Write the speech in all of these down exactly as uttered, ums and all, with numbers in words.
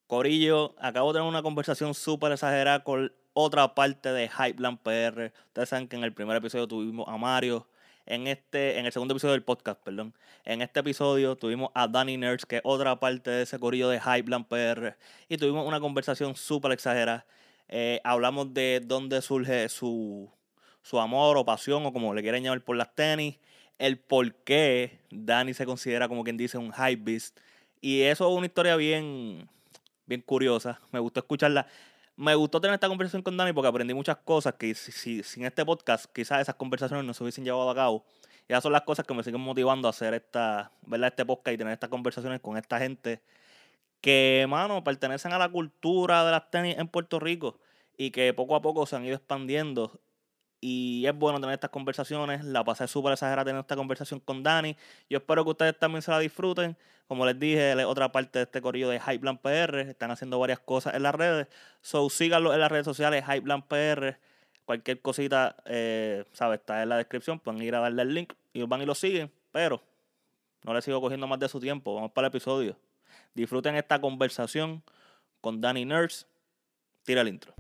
Corillo, acabo de tener una conversación súper exagerada con otra parte de Hypeland P R. Ustedes saben que en el primer episodio tuvimos a Mario. En este, en el segundo episodio del podcast, perdón. En este episodio tuvimos a Danny Nerds, que es otra parte de ese corillo de Hypeland P R. Y tuvimos una conversación súper exagerada. Eh, hablamos de dónde surge su, su amor o pasión, o como le quieren llamar, por las tenis. El por qué Danny se considera, como quien dice, un hypebeast. Y eso es una historia bien bien curiosa, me gustó escucharla. Me gustó tener esta conversación con Dani porque aprendí muchas cosas que si, si- sin este podcast quizás esas conversaciones no se hubiesen llevado a cabo. Y esas son las cosas que me siguen motivando a hacer esta, ¿verdad? Este podcast y tener estas conversaciones con esta gente que, mano, pertenecen a la cultura de las tenis en Puerto Rico y que poco a poco se han ido expandiendo. Y es bueno tener estas conversaciones. La pasé súper exagerada teniendo esta conversación con Dani. Yo espero que ustedes también se la disfruten. Como les dije, él es otra parte de este corillo de Hypeland P R. Están haciendo varias cosas en las redes. So, síganlo en las redes sociales, Hypeland P R. Cualquier cosita, eh, ¿sabes? Está en la descripción. Pueden ir a darle el link y van y lo siguen. Pero no les sigo cogiendo más de su tiempo. Vamos para el episodio. Disfruten esta conversación con Danny Nerds. Tira el intro.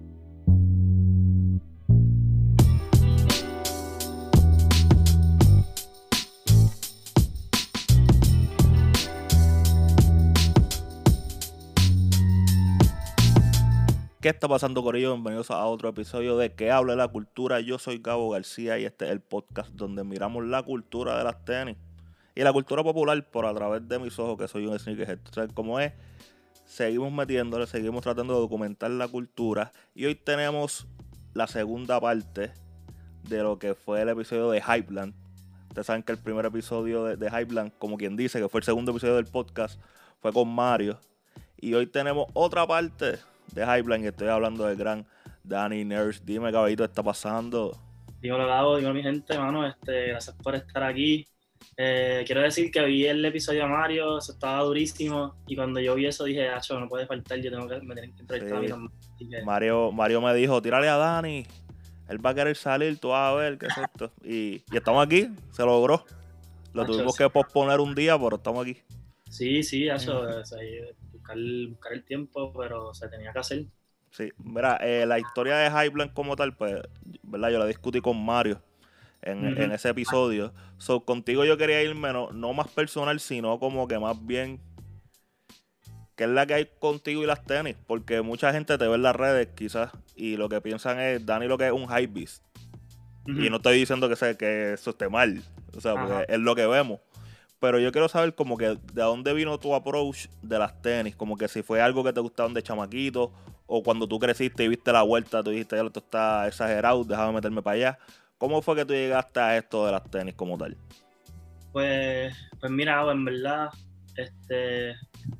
¿Qué está pasando, corillo? Bienvenidos a otro episodio de Que Hable la Cultura. Yo soy Gabo García y este es el podcast donde miramos la cultura de las tenis y la cultura popular por a través de mis ojos, que soy un sneakerhead. O sea, como es, seguimos metiéndole, seguimos tratando de documentar la cultura y hoy tenemos la segunda parte de lo que fue el episodio de Hypeland. Ustedes saben que el primer episodio de, de Hypeland, como quien dice, que fue el segundo episodio del podcast, fue con Mario. Y hoy tenemos otra parte de Hypeland y estoy hablando del gran Danny Nerds. Dime, caballito, ¿qué está pasando? Dímelo, Gabo, dímelo, mi gente, mano, este, gracias por estar aquí. Eh, quiero decir que vi el episodio de Mario, eso estaba durísimo, y cuando yo vi eso dije, acho, no puede faltar, yo tengo que, me tienen que entrevistar a mí también. Así que... Mario, Mario me dijo, tírale a Danny, él va a querer salir, tú vas a ver qué es esto. Y, y estamos aquí, se logró. Lo Acho, tuvimos sí. que posponer un día, pero estamos aquí. Sí, sí, acho, o sea, buscar, buscar el tiempo, pero se tenía que hacer. Sí, mira, eh, la historia de Hypeland como tal, pues, ¿verdad? Yo la discutí con Mario en, Uh-huh. en ese episodio. So, contigo yo quería irme, no, no más personal, sino como que más bien, ¿qué es la que hay contigo y las tenis? Porque mucha gente te ve en las redes, quizás, y lo que piensan es, Dani lo que es un hypebeast. Uh-huh. Y no estoy diciendo que, sea, que eso esté mal, o sea, porque Ajá. es lo que vemos. Pero yo quiero saber como que de dónde vino tu approach de las tenis, como que si fue algo que te gustaban de chamaquito, o cuando tú creciste y viste la vuelta, tú dijiste, ya esto está exagerado, déjame meterme para allá. ¿Cómo fue que tú llegaste a esto de las tenis como tal? Pues, pues mira, Gabo, en verdad, este,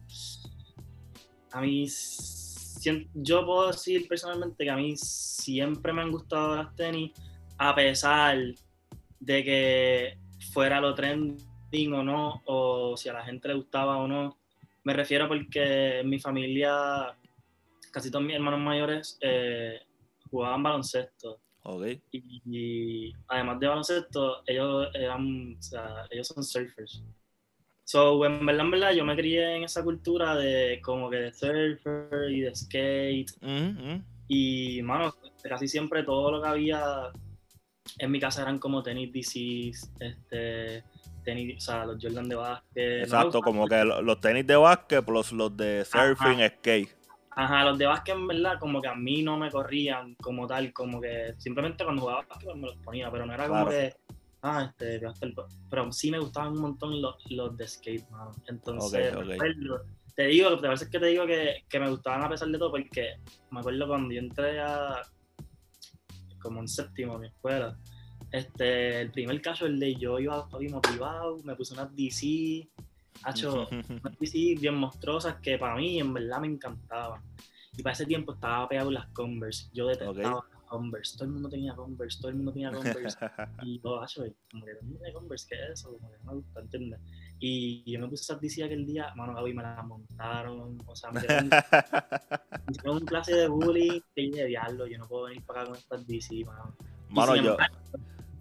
a mí, sien- yo puedo decir personalmente que a mí siempre me han gustado las tenis, a pesar de que fuera lo trending o no, o si a la gente le gustaba o no. Me refiero porque en mi familia, casi todos mis hermanos mayores eh, jugaban baloncesto. Ok. Y, y además de baloncesto, ellos eran, o sea, ellos son surfers. So, en verdad, en verdad, yo me crié en esa cultura de como que de surfer y de skate. Uh-huh. Y, mano, casi siempre todo lo que había en mi casa eran como tenis D Cs, este, tenis, o sea, los Jordan de básquet. Exacto, No como que los tenis de básquet plus los de surfing, ajá, skate. ajá, los de básquet en verdad como que a mí no me corrían como tal, como que simplemente cuando jugaba básquet me los ponía, pero no era Claro. como que, ah, este, pero sí me gustaban un montón los, los de skate, mano. Entonces, Ok, ok. me acuerdo, te digo, a veces que te digo que, que me gustaban a pesar de todo, porque me acuerdo cuando yo entré a como en séptimo a mi escuela, este, el primer casual day yo iba papi, motivado, me puse unas D C, hacho, unas D C bien monstruosas que para mí en verdad me encantaban. Y para ese tiempo estaba pegado en las Converse, yo detestaba Ok. las Converse, todo el mundo tenía Converse, todo el mundo tenía Converse. Y yo, hacho, como que todo el mundo tiene Converse, ¿qué es eso? Como que no me gusta, ¿entiendes? Y yo me puse esas D C aquel día, mano, Gaby, me las montaron, o sea, me hicieron, me hicieron un clase de bullying que yo dije, diablo, yo no puedo venir para acá con estas D C, mano. Y Mano, sin yo, embargo,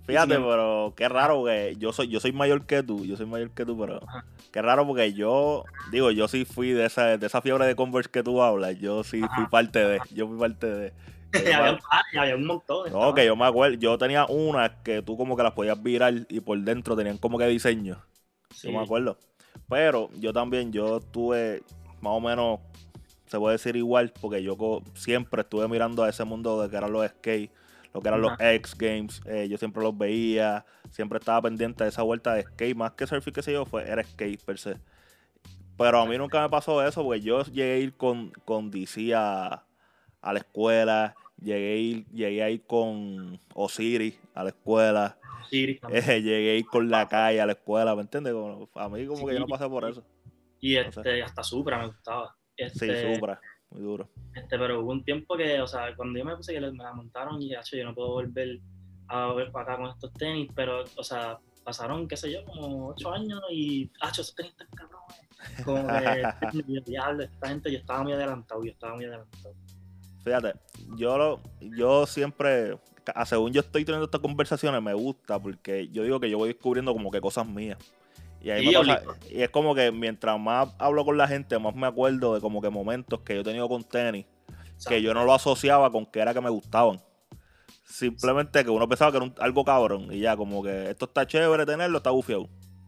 Fíjate, pero qué raro que yo soy, yo soy mayor que tú, yo soy mayor que tú, pero Ajá. qué raro porque yo, digo, yo sí fui de esa, de esa fiebre de Converse que tú hablas, yo sí Ajá. fui parte de, yo fui parte de. había, me, había un montón. No, estaba. Que yo me acuerdo, yo tenía unas que tú como que las podías virar y por dentro tenían como que diseño, sí. Yo me acuerdo. Pero yo también, yo tuve más o menos, se puede decir igual, porque yo siempre estuve mirando a ese mundo de que eran los skate, lo que eran Ajá. los X Games, eh, yo siempre los veía, siempre estaba pendiente de esa vuelta de skate, más que surfing, qué sé yo, fue, era skate per se. Pero a mí nunca me pasó eso, porque yo llegué a ir con, con D C a, a la escuela, llegué a ir, llegué a ir con Osiris a la escuela, Osiris eh, llegué a ir con La Calle a la escuela, ¿me entiendes? Como, a mí como sí, que yo no pasé por eso. Y este, no sé. hasta Supra me gustaba. Este, sí, Supra, muy duro. Este, pero hubo un tiempo que, o sea, cuando yo me puse que me la montaron y ya, yo no puedo volver a ver para acá con estos tenis, pero, o sea, pasaron, qué sé yo, como ocho años y, hacho, esos tenis están cabrones. Como que, diablo, esta gente, yo estaba muy adelantado, yo estaba muy adelantado. Fíjate, yo, lo, yo siempre, según yo estoy teniendo estas conversaciones, me gusta porque yo digo que yo voy descubriendo como que cosas mías. Y, ahí sí, me pasa, y es como que mientras más hablo con la gente, más me acuerdo de como que momentos que yo he tenido con tenis, Exacto. que yo no lo asociaba con que era que me gustaban. Simplemente que uno pensaba que era un, algo cabrón. Y ya, como que esto está chévere tenerlo, está bufiado.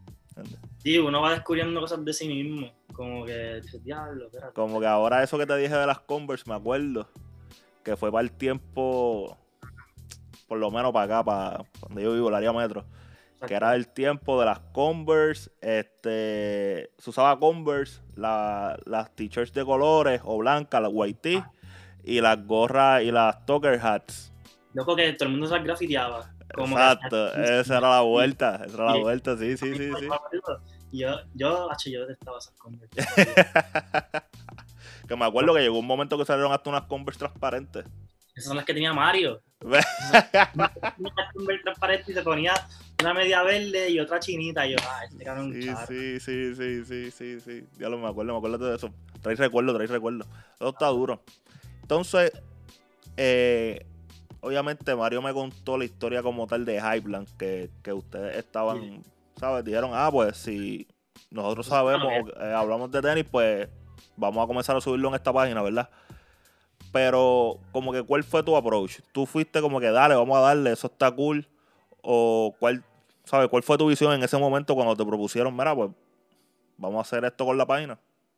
Sí, uno va descubriendo cosas de sí mismo. Como que, diablo, espérate. Como que ahora eso que te dije de las Converse, me acuerdo, que fue para el tiempo, por lo menos para acá, para donde yo vivo, el área metro. Que era el tiempo de las Converse, este, se usaba Converse, la, las t-shirts de colores o blancas, las white tee, y las gorras y las Tucker hats. Loco, que todo el mundo se las grafiteaba. Como Exacto, que, esa era la vuelta, esa era la vuelta, sí, sí, sí, sí. Yo, yo, H, yo detestaba esas Converse. Que me acuerdo que llegó un momento que salieron hasta unas Converse transparentes. Esas son las que tenía Mario. Una Converse transparente y se ponía una media verde y otra chinita. Y yo, ah, este cabrón sí, un sí, sí, sí, sí, sí, sí. Ya lo me acuerdo, me acuerdo de eso. Traes recuerdo, traes recuerdo. Eso está duro. Entonces, eh, obviamente Mario me contó la historia como tal de Hypeland, que, que ustedes estaban, sí. ¿sabes? Dijeron, ah, pues si nosotros sabemos, eh, hablamos de tenis, pues vamos a comenzar a subirlo en esta página, ¿verdad? Pero como que, ¿cuál fue tu approach? ¿Tú fuiste como que, dale, vamos a darle, eso está cool? ¿O cuál, sabes, cuál fue tu visión en ese momento cuando te propusieron, mira, pues vamos a hacer esto con la página?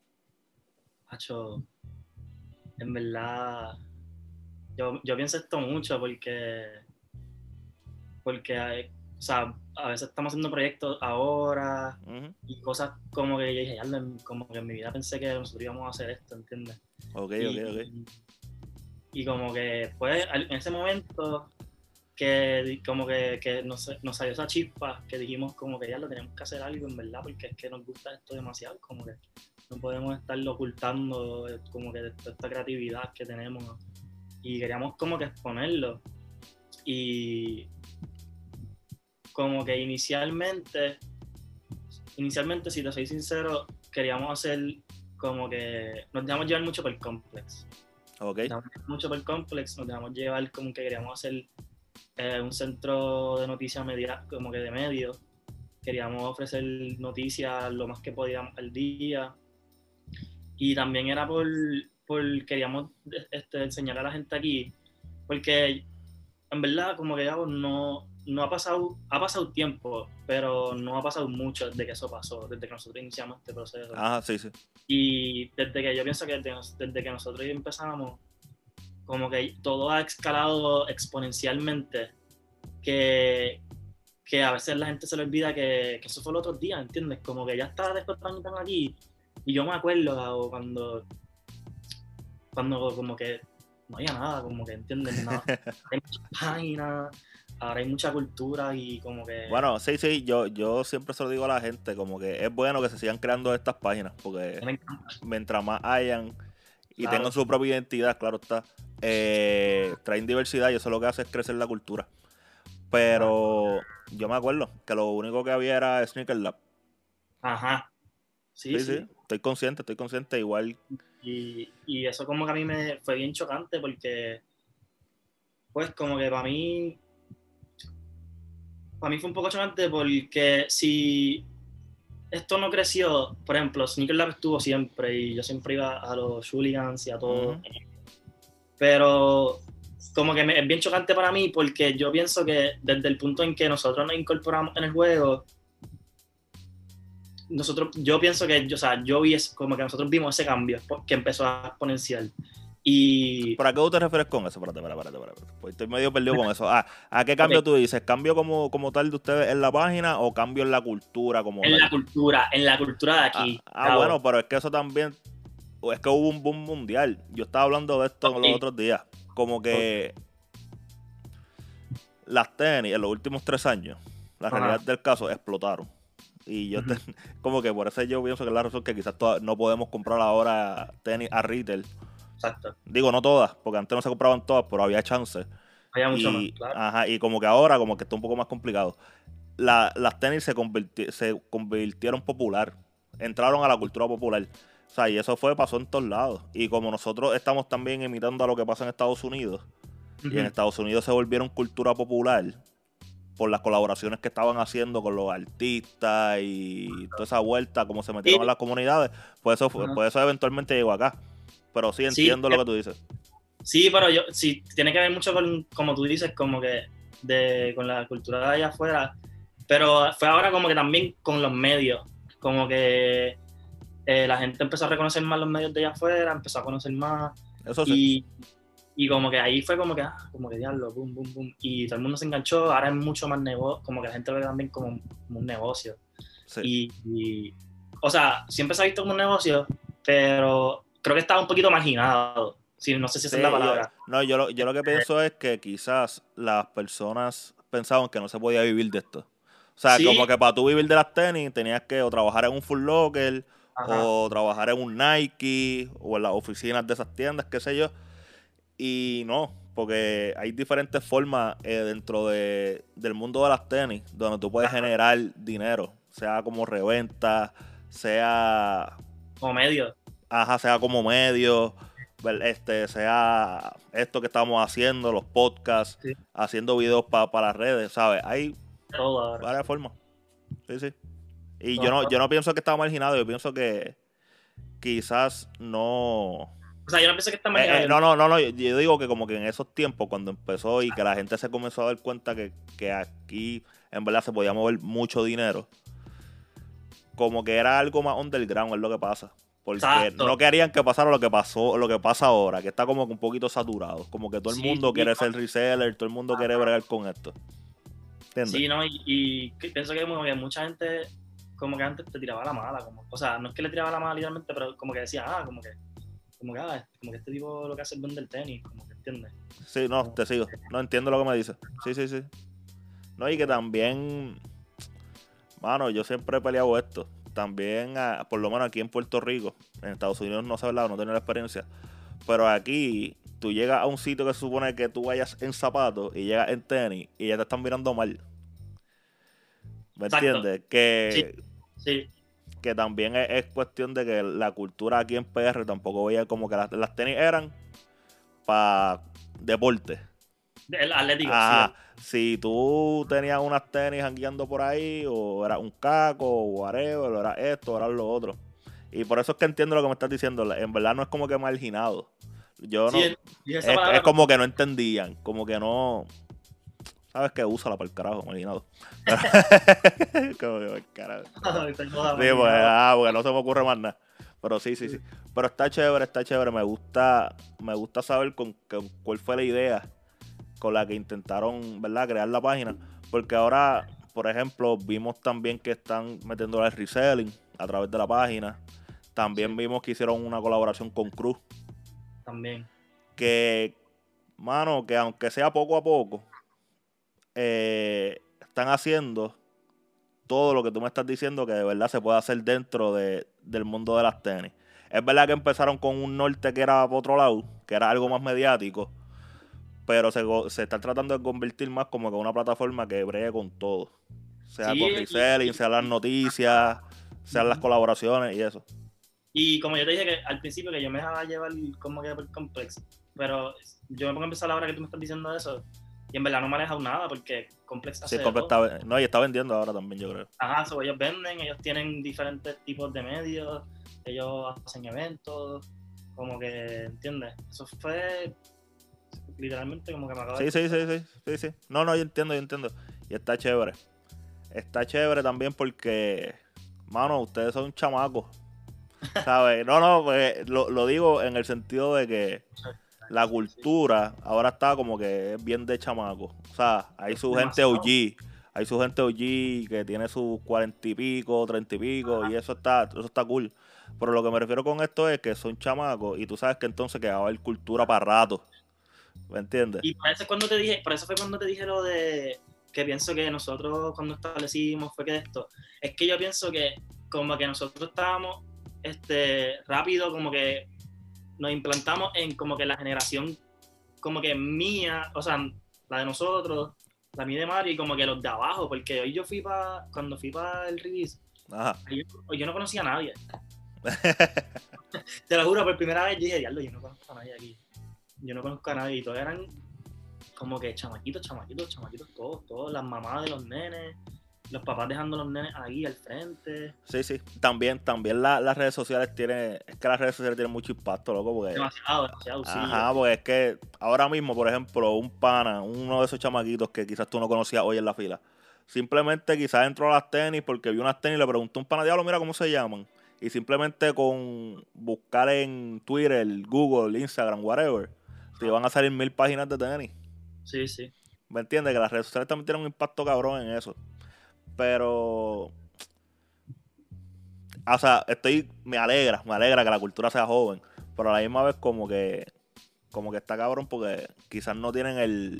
Hacho, en verdad, yo, yo pienso esto mucho porque, porque hay, o sea, a veces estamos haciendo proyectos ahora uh-huh. y cosas como que yo dije, como que en mi vida pensé que nosotros íbamos a hacer esto, ¿entiendes? Ok, y, ok, ok. Y, y como que pues en ese momento que como que, que nos, nos salió esa chispa que dijimos como que ya lo tenemos que hacer algo en verdad porque es que nos gusta esto demasiado, como que no podemos estarlo ocultando como que toda esta creatividad que tenemos, ¿no? Y queríamos como que exponerlo y como que inicialmente inicialmente si te soy sincero queríamos hacer como que nos dejamos llevar mucho por el complex. Okay. Nos dejamos mucho por el complex, nos dejamos llevar como que queríamos hacer eh, un centro de noticias media, como que de medios. Queríamos ofrecer noticias lo más que podíamos al día. Y también era por, por queríamos este, enseñar a la gente aquí, porque en verdad como que no, no ha pasado, ha pasado tiempo, pero no ha pasado mucho desde que eso pasó, desde que nosotros iniciamos este proceso. Ajá, sí, sí. Y desde que yo pienso que desde, desde que nosotros empezamos, como que todo ha escalado exponencialmente, que, que a veces la gente se le olvida que, que eso fue el otro día, ¿entiendes? Como que ya está después de años aquí, y yo me acuerdo cuando, cuando como que no había nada, como que, ¿entiendes? No, hay muchas páginas, ahora hay mucha cultura y como que... Bueno, sí, sí, yo, yo siempre se lo digo a la gente, como que es bueno que se sigan creando estas páginas, porque mientras más hayan y claro. tengan su propia identidad, claro está, eh, traen diversidad y eso lo que hace es crecer la cultura. Pero yo me acuerdo que lo único que había era Sneaker Lab. Ajá. Sí, sí, sí, sí. Estoy consciente, estoy consciente igual. Y, y eso como que a mí me fue bien chocante porque, pues como que para mí, para mí fue un poco chocante porque si esto no creció, por ejemplo, Sneaker Lab estuvo siempre y yo siempre iba a los Hooligans y a todo, Uh-huh. pero como que me, es bien chocante para mí porque yo pienso que desde el punto en que nosotros nos incorporamos en el juego, nosotros, yo pienso que, o sea, yo vi, como que nosotros vimos ese cambio que empezó a exponencial. Y... ¿Para qué tú te refieres con eso? Espérate, espérate, espérate, espérate. Pues estoy medio perdido con eso. Ah, ¿a qué cambio okay. tú dices? ¿Cambio como, como tal de ustedes en la página o cambio en la cultura como En tal? la cultura, en la cultura de aquí. Ah, ah bueno, pero es que eso también, es que hubo un boom mundial. Yo estaba hablando de esto okay. los otros días. Como que okay. las tenis en los últimos tres años, la Ajá. realidad del caso, explotaron. Y yo, uh-huh. te, como que por eso yo pienso que es la razón que quizás no podemos comprar ahora tenis a retail. Exacto. Digo, no todas, porque antes no se compraban todas, pero había chance. Había mucho y, más, claro. Ajá, y como que ahora, como que está un poco más complicado. La, las tenis se, convirti se convirtieron popular, entraron a la cultura popular. O sea, y eso fue, pasó en todos lados. Y como nosotros estamos también imitando a lo que pasa en Estados Unidos, uh-huh. y en Estados Unidos se volvieron cultura popular por las colaboraciones que estaban haciendo con los artistas y toda esa vuelta, como se metieron en las comunidades, pues eso, uh-huh. pues eso eventualmente llegó acá. Pero sí entiendo sí, lo que tú dices. Sí, pero yo sí tiene que ver mucho con, como tú dices, como que de, con la cultura de allá afuera. Pero fue ahora como que también con los medios. Como que eh, la gente empezó a reconocer más los medios de allá afuera, empezó a conocer más. Eso sí. Y, y como que ahí fue como que, ah, como que diablo, boom, boom, boom. Y todo el mundo se enganchó. Ahora es mucho más negocio, como que la gente ve también como, como un negocio. Sí. Y, y, o sea, siempre se ha visto como un negocio, pero creo que estaba un poquito marginado. Sí, no sé si esa sí, es la palabra. Yo, no, yo lo, yo lo que pienso es que quizás las personas pensaban que no se podía vivir de esto. O sea, sí. como que para tú vivir de las tenis tenías que o trabajar en un Foot Locker, Ajá. o trabajar en un Nike, o en las oficinas de esas tiendas, qué sé yo. Y no, porque hay diferentes formas eh, dentro de, del mundo de las tenis donde tú puedes Ajá. generar dinero, sea como reventa, sea... Como medio. Ajá, sea como medio, este, sea esto que estamos haciendo, los podcasts, sí. haciendo videos para pa las redes, ¿sabes? Hay Todo varias formas. Sí, sí. Y yo no, yo no pienso que está marginado, yo pienso que quizás no... O sea, yo no pienso que está marginado. Eh, eh, no, no, no, no, yo, yo digo que como que en esos tiempos, cuando empezó y que la gente se comenzó a dar cuenta que, que aquí en verdad se podía mover mucho dinero, como que era algo más underground, es lo que pasa. Porque Exacto. no querían que pasara lo que pasó, lo que pasa ahora, que está como un poquito saturado. Como que todo el sí, mundo sí, quiere sí. ser reseller, todo el mundo Ajá. quiere bregar con esto. ¿Entiendes? Sí, no, y, y pienso que, como que mucha gente como que antes te tiraba la mala, como, o sea, no es que le tiraba la mala literalmente, pero como que decía, ah, como que, como que, ah, como que este tipo lo que hace es vender tenis, como que entiendes. Sí, no, te sigo, no entiendo lo que me dices. Sí, sí, sí. No, y que también, mano, yo siempre he peleado esto. También, a, por lo menos aquí en Puerto Rico, en Estados Unidos no sé, ¿verdad? No tengo la experiencia, pero aquí tú llegas a un sitio que se supone que tú vayas en zapatos y llegas en tenis y ya te están mirando mal. ¿Me Exacto. entiendes? Que, sí, sí. que también es, es cuestión de que la cultura aquí en P R tampoco veía como que las, las tenis eran para deporte. El atlético, Ajá. sí. Si tú tenías unas tenis jangueando por ahí, o era un caco, o whatever, o era esto, o era lo otro. Y por eso es que entiendo lo que me estás diciendo. En verdad no es como que marginado. Yo sí, no. Es, es como que no entendían. Como que no. ¿Sabes qué? Úsala para el carajo, marginado. Como que para el carajo. Sí, pues, ah, porque no se me ocurre más nada. Pero sí, sí, sí. Pero está chévere, está chévere. Me gusta, me gusta saber con, con cuál fue la idea con la que intentaron, ¿verdad?, crear la página. Porque ahora, por ejemplo, vimos también que están metiendo el reselling a través de la página. También sí. vimos que hicieron una colaboración con Cruz. También. Que, mano, que aunque sea poco a poco, eh, están haciendo todo lo que tú me estás diciendo que de verdad se puede hacer dentro de, del mundo de las tenis. Es verdad que empezaron con un norte que era por otro lado, que era algo más mediático, pero se, se está tratando de convertir más como que una plataforma que bregue con todo. Sea sí, con reselling, sean las noticias, sean uh-huh. las colaboraciones y eso. Y como yo te dije que al principio que yo me dejaba llevar como que por complex, pero yo me pongo a empezar ahora que tú me estás diciendo eso Y en verdad no me ha alejado nada porque Complex hace Sí, Complex está, no, y está vendiendo ahora también, yo creo. Ajá, so ellos venden, ellos tienen diferentes tipos de medios, ellos hacen eventos, como que, ¿entiendes? Eso fue literalmente como que me acaba Sí, de... sí, sí, sí, sí, sí. No, no, yo entiendo, yo entiendo. Y está chévere. Está chévere también porque, mano, ustedes son chamacos, ¿sabes? No, no, pues, lo, lo digo en el sentido de que la Sí, sí. cultura ahora está como que es bien de chamaco. O sea, hay su gente Demasiado. O G, hay su gente O G que tiene sus cuarenta y pico, treinta y pico, Ajá. y eso está, eso está cool. Pero lo que me refiero con esto es que son chamacos y tú sabes que entonces que va a haber cultura para rato. ¿Me entiendes? Y por eso, es cuando te dije, por eso fue cuando te dije lo de que pienso que nosotros cuando establecimos fue que esto, es que yo pienso que como que nosotros estábamos este, rápido, como que nos implantamos en como que la generación como que mía, o sea, la de nosotros, la mía de Mario y como que los de abajo, porque hoy yo fui para, cuando fui para el release, Ajá. yo, yo no conocía a nadie. Te lo juro, por primera vez yo dije, diablo, yo no conozco a nadie aquí. Yo no conozco a nadie y todos eran como que chamaquitos, chamaquitos, chamaquitos, todos, todos, las mamás de los nenes, los papás dejando a los nenes ahí al frente. Sí, sí. También, también la- las redes sociales tienen, es que las redes sociales tienen mucho impacto, loco, porque Demasiado, demasiado, sí. ajá, porque es que ahora mismo, por ejemplo, un pana, uno de esos chamaquitos que quizás tú no conocías hoy en la fila, simplemente quizás entró a las tenis porque vio unas tenis y le preguntó a un pana, diablo, mira cómo se llaman. Y simplemente con buscar en Twitter, Google, Instagram, whatever, te van a salir mil páginas de tenis. Sí, sí. ¿Me entiendes? Que las redes sociales también tienen un impacto cabrón en eso. Pero, o sea, estoy, me alegra, me alegra que la cultura sea joven, pero a la misma vez como que como que está cabrón porque quizás no tienen el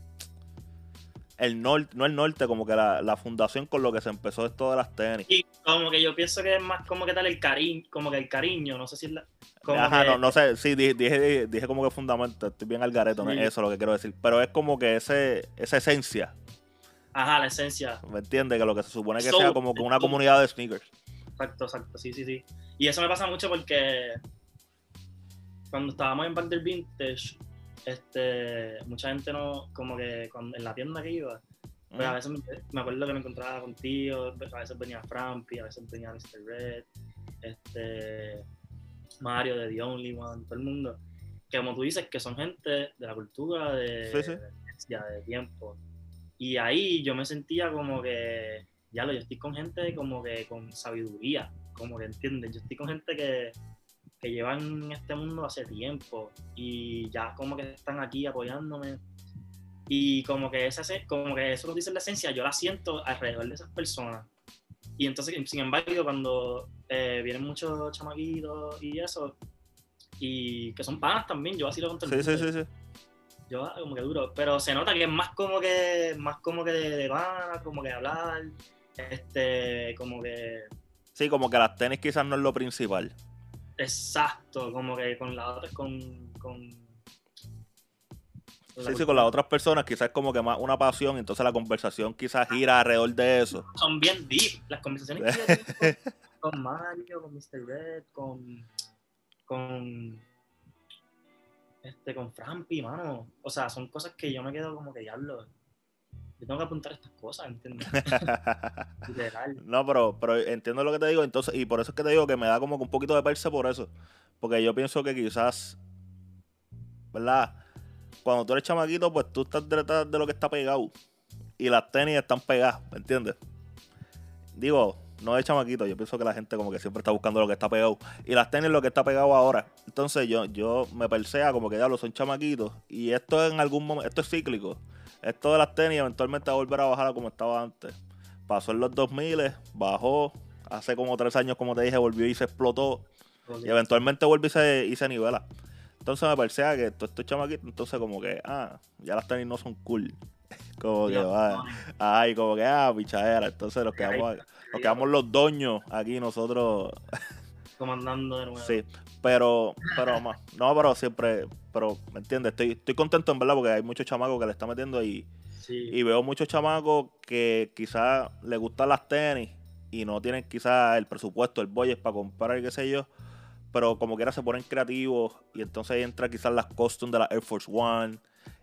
el norte, no el norte, como que la, la fundación con lo que se empezó esto de las tenis. Y como que yo pienso que es más como que tal el cariño, como que el cariño, no sé si es la, como Ajá, que no, no sé, sí, dije, dije, dije como que fundamento, estoy bien al gareto, no es sí. eso lo que quiero decir, pero es como que ese, esa esencia, Ajá, la esencia. ¿me entiendes? Que lo que se supone que Soul, sea como que una soul. comunidad de sneakers. Exacto, exacto, sí, sí, sí. Y eso me pasa mucho porque cuando estábamos en Back del Vintage, este, mucha gente no, como que cuando, en la tienda que iba, pues a veces me, me acuerdo que me encontraba contigo, a veces venía Frampi, a veces venía mister Red, este, Mario de The Only One, todo el mundo. Que como tú dices, que son gente de la cultura, de, Sí, sí. de, de tiempo. Y ahí yo me sentía como que, ya lo, yo estoy con gente como que con sabiduría, como que entienden, yo estoy con gente que, que llevan en este mundo hace tiempo y ya como que están aquí apoyándome. Y como que, esa, como que eso lo dice la esencia, yo la siento alrededor de esas personas. Y entonces, sin embargo, cuando eh, vienen muchos chamaquitos y eso, y que son panas también, yo así lo conto el Sí, mundo. sí, sí, sí. Yo como que duro, pero se nota que es más como que, más como que de, de pana, como que hablar, este, como que... Sí, como que las tenis quizás no es lo principal. Exacto, como que con la otra, con... con Sí, sí, con las otras personas quizás es como que más una pasión, entonces la conversación quizás gira alrededor de eso. Son bien deep, las conversaciones que yo tengo con, con Mario, con mister Red, con... con este, con Frampi, mano. O sea, son cosas que yo me quedo como que diablo. Yo tengo que apuntar estas cosas, ¿entiendes? Literal. No, pero, pero entiendo lo que te digo, entonces, y por eso es que te digo que me da como que un poquito de perse por eso. Porque yo pienso que quizás, ¿verdad? Cuando tú eres chamaquito, pues tú estás detrás de lo que está pegado. Y las tenis están pegadas, ¿me entiendes? Digo, no de chamaquito, yo pienso que la gente como que siempre está buscando lo que está pegado. Y las tenis lo que está pegado ahora. Entonces yo, yo me persea como que ya lo son chamaquitos. Y esto en algún momento, esto es cíclico. Esto de las tenis eventualmente va a volver a bajar a como estaba antes. Pasó en los dos mil, bajó. Hace como tres años, como te dije, volvió y se explotó. Y eventualmente vuelve y se, y se nivela. Entonces me persea que todo esto es chamaquito. Entonces como que, ah, ya las tenis no son cool. Como que va, ay, como que, ah, pichadera. Entonces nos quedamos, nos quedamos los doños aquí nosotros. Comandando de nuevo. Sí, pero, pero más, no, pero siempre, pero, ¿me entiendes? Estoy, estoy contento en verdad porque hay muchos chamacos que le están metiendo y, sí. y veo muchos chamacos que quizás les gustan las tenis y no tienen quizás el presupuesto, el budget para comprar, qué sé yo, pero como quiera se ponen creativos y entonces ahí entra quizás las costumes de la Air Force One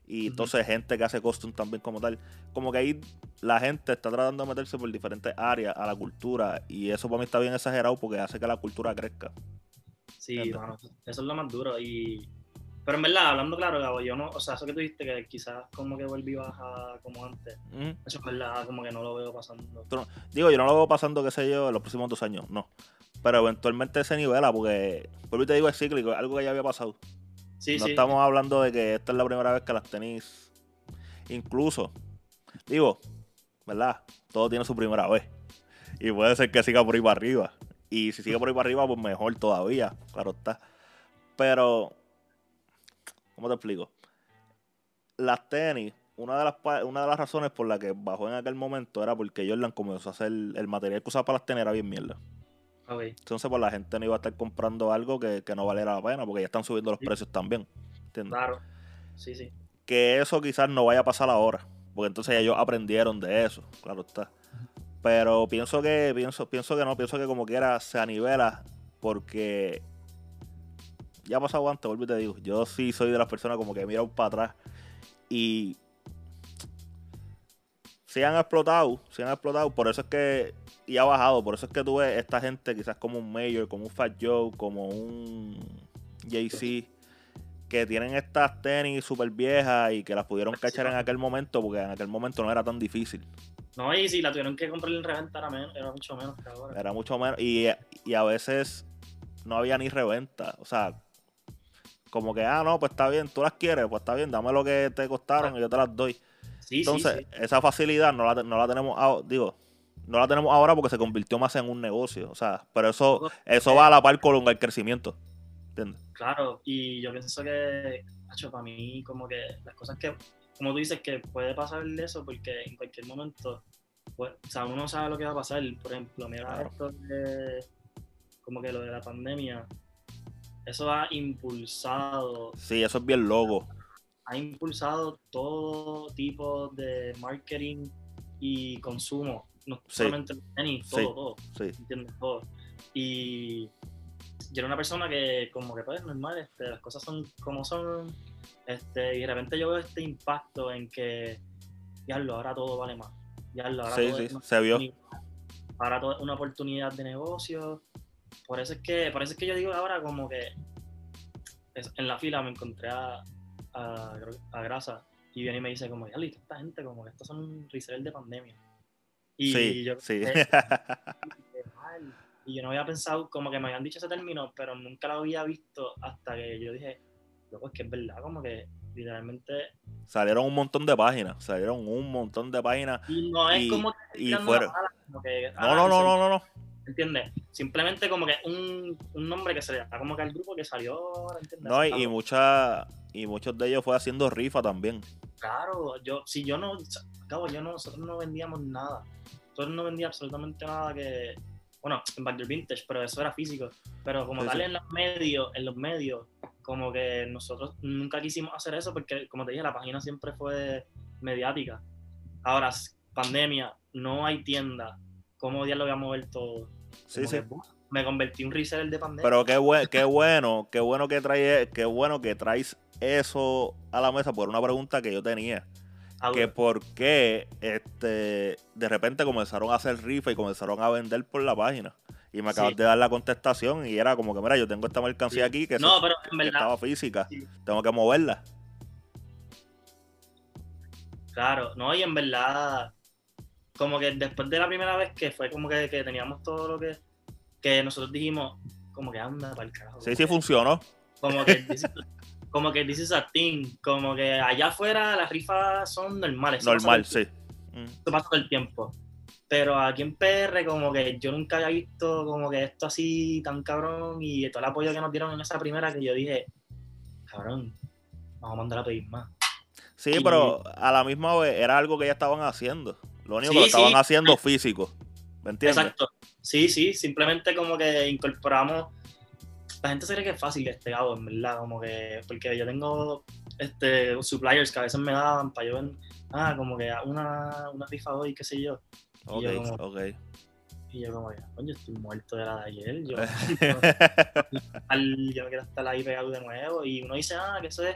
y Ujú. entonces gente que hace costume también como tal. Como que ahí la gente está tratando de meterse por diferentes áreas a la cultura y eso para mí está bien exagerado porque hace que la cultura crezca. Sí, ¿Entiendes? mano, eso es lo más duro. Y... Pero en verdad, hablando claro, Gabo, yo no, o sea, eso que tú dijiste que quizás como que vuelve y baja como antes, Ujú. eso en verdad como que no lo veo pasando. Tú no- Digo, yo no lo veo pasando, qué sé yo, en los próximos dos años, no. Pero eventualmente se nivela porque, por te digo, es cíclico, es algo que ya había pasado. Sí, No sí, estamos hablando de que esta es la primera vez que las tenis, incluso, digo, ¿verdad? Todo tiene su primera vez. Y puede ser que siga por ahí para arriba. Y si sigue por ahí para arriba, pues mejor todavía, claro está. Pero, ¿cómo te explico? Las tenis, una de las, pa- una de las razones por la que bajó en aquel momento era porque Jordan comenzó a hacer el material que usaba para las tenis era bien mierda. ok, Entonces, pues la gente no iba a estar comprando algo que, que no valiera la pena porque ya están subiendo los sí, precios también. ¿Entiendes? claro, sí, sí. Que eso quizás no vaya a pasar ahora, porque entonces ellos aprendieron de eso, claro está. Pero pienso que, pienso, pienso que no, pienso que como quiera se anivela porque ya ha pasado antes, vuelvo y te digo. Yo sí soy de las personas como que miran para atrás y se han explotado, se han explotado, por eso es que, y ha bajado, por eso es que tú ves esta gente quizás como un Mayor, como un Fat Joe, como un Jay-Z, que tienen estas tenis súper viejas y que las pudieron cachar en aquel momento porque en aquel momento no era tan difícil. No, y si la tuvieron que comprar en reventa era, menos, era mucho menos que ahora. Era mucho menos. Y, y a veces no había ni reventa. O sea, como que, ah, no, pues está bien, tú las quieres, pues está bien, dame lo que te costaron y yo te las doy. Sí, sí, Entonces, sí. esa facilidad no la, no la tenemos, ahora, digo, no la tenemos ahora porque se convirtió más en un negocio. O sea, pero eso, Todo, eso eh, va a la par con el crecimiento. ¿Entiendes? claro, y yo pienso que, macho, para mí, como que las cosas que, como tú dices, que puede pasar eso, porque en cualquier momento, pues, o sea, uno no sabe lo que va a pasar. Por ejemplo, mira Claro. esto de, como que lo de la pandemia, eso ha impulsado, Sí, eso es bien loco. ha impulsado todo tipo de marketing y consumo, no Sí, solamente los tenis, sí, todo, todo, sí. ¿entiendes? Todo. Y yo era una persona que como que pues normal, este, las cosas son como son, este, y de repente yo veo este impacto en que, diablo, ahora todo vale más, diablo, ahora Sí, todo sí, es una se vio. oportunidad, ahora todo es una oportunidad de negocio. Por eso es que, por eso es que yo digo ahora como que es- en la fila me encontré a, a, a Grasa y viene y me dice como, diablo, y toda esta gente como que estos son resellers de pandemia. Sí, Y yo sí. eh, mal. Y yo no había pensado, como que me habían dicho ese término, pero nunca lo había visto hasta que yo dije, loco, es que es verdad, como que literalmente. Salieron un montón de páginas, salieron un montón de páginas Y no es y, como que estoy y tirando la fueron. mala, como que, No, ah, no, no, dice, no, no, no. ¿entiendes? Simplemente como que un, un nombre que se le da como que al grupo que salió ahora, ¿entiendes? Eso No, y, está y, loco. mucha, y muchos de ellos fue haciendo rifa también. Claro, yo, si yo no, acabo, yo no, nosotros no vendíamos nada. Nosotros no vendíamos absolutamente nada que, bueno, en Backdoor Vintage, pero eso era físico. Pero como Sí, tal sí. en los medios, en los medios, como que nosotros nunca quisimos hacer eso porque, como te dije, la página siempre fue mediática. Ahora, pandemia, no hay tienda, ¿cómo ya lo voy a mover todo? Sí, Como sí. que boom, me convertí en un reseller de pandemia. Pero qué, bue- qué bueno, qué bueno que trae, qué bueno que traes eso a la mesa por una pregunta que yo tenía. Que Ahora, por qué este, de repente comenzaron a hacer rifa y comenzaron a vender por la página. Y me acabas sí, de dar la contestación y era como que, mira, yo tengo esta mercancía sí. aquí que, se, No, pero en que verdad, estaba física, sí. tengo que moverla. Claro, no, y en verdad, como que después de la primera vez que fue como que, que teníamos todo lo que, que nosotros dijimos, como que anda para el carajo, Sí, como sí que, funcionó. como que, this is, como que this is a thing, como que allá afuera las rifas son normales, eso pasa todo Normal, el tiempo, sí. Mm. eso pasa todo el tiempo. Pero aquí en P R como que yo nunca había visto como que esto así tan cabrón y todo el apoyo que nos dieron en esa primera que yo dije, cabrón, vamos a mandar a pedir más. Sí, Y pero a la misma vez era algo que ya estaban haciendo. Lo único que lo sí, estaban sí, haciendo físico. ¿Me entiendes? exacto. Sí, sí, simplemente como que incorporamos. La gente se cree que es fácil este Gabo, en verdad, como que. Porque yo tengo este suppliers que a veces me daban para yo ver, ah, como que una, una rifa hoy, qué sé yo. Y Ok, yo como, ok. y yo como, coño, estoy muerto de la de ayer. Yo, yo no quiero estar ahí pegado de nuevo. Y uno dice, ah, que eso es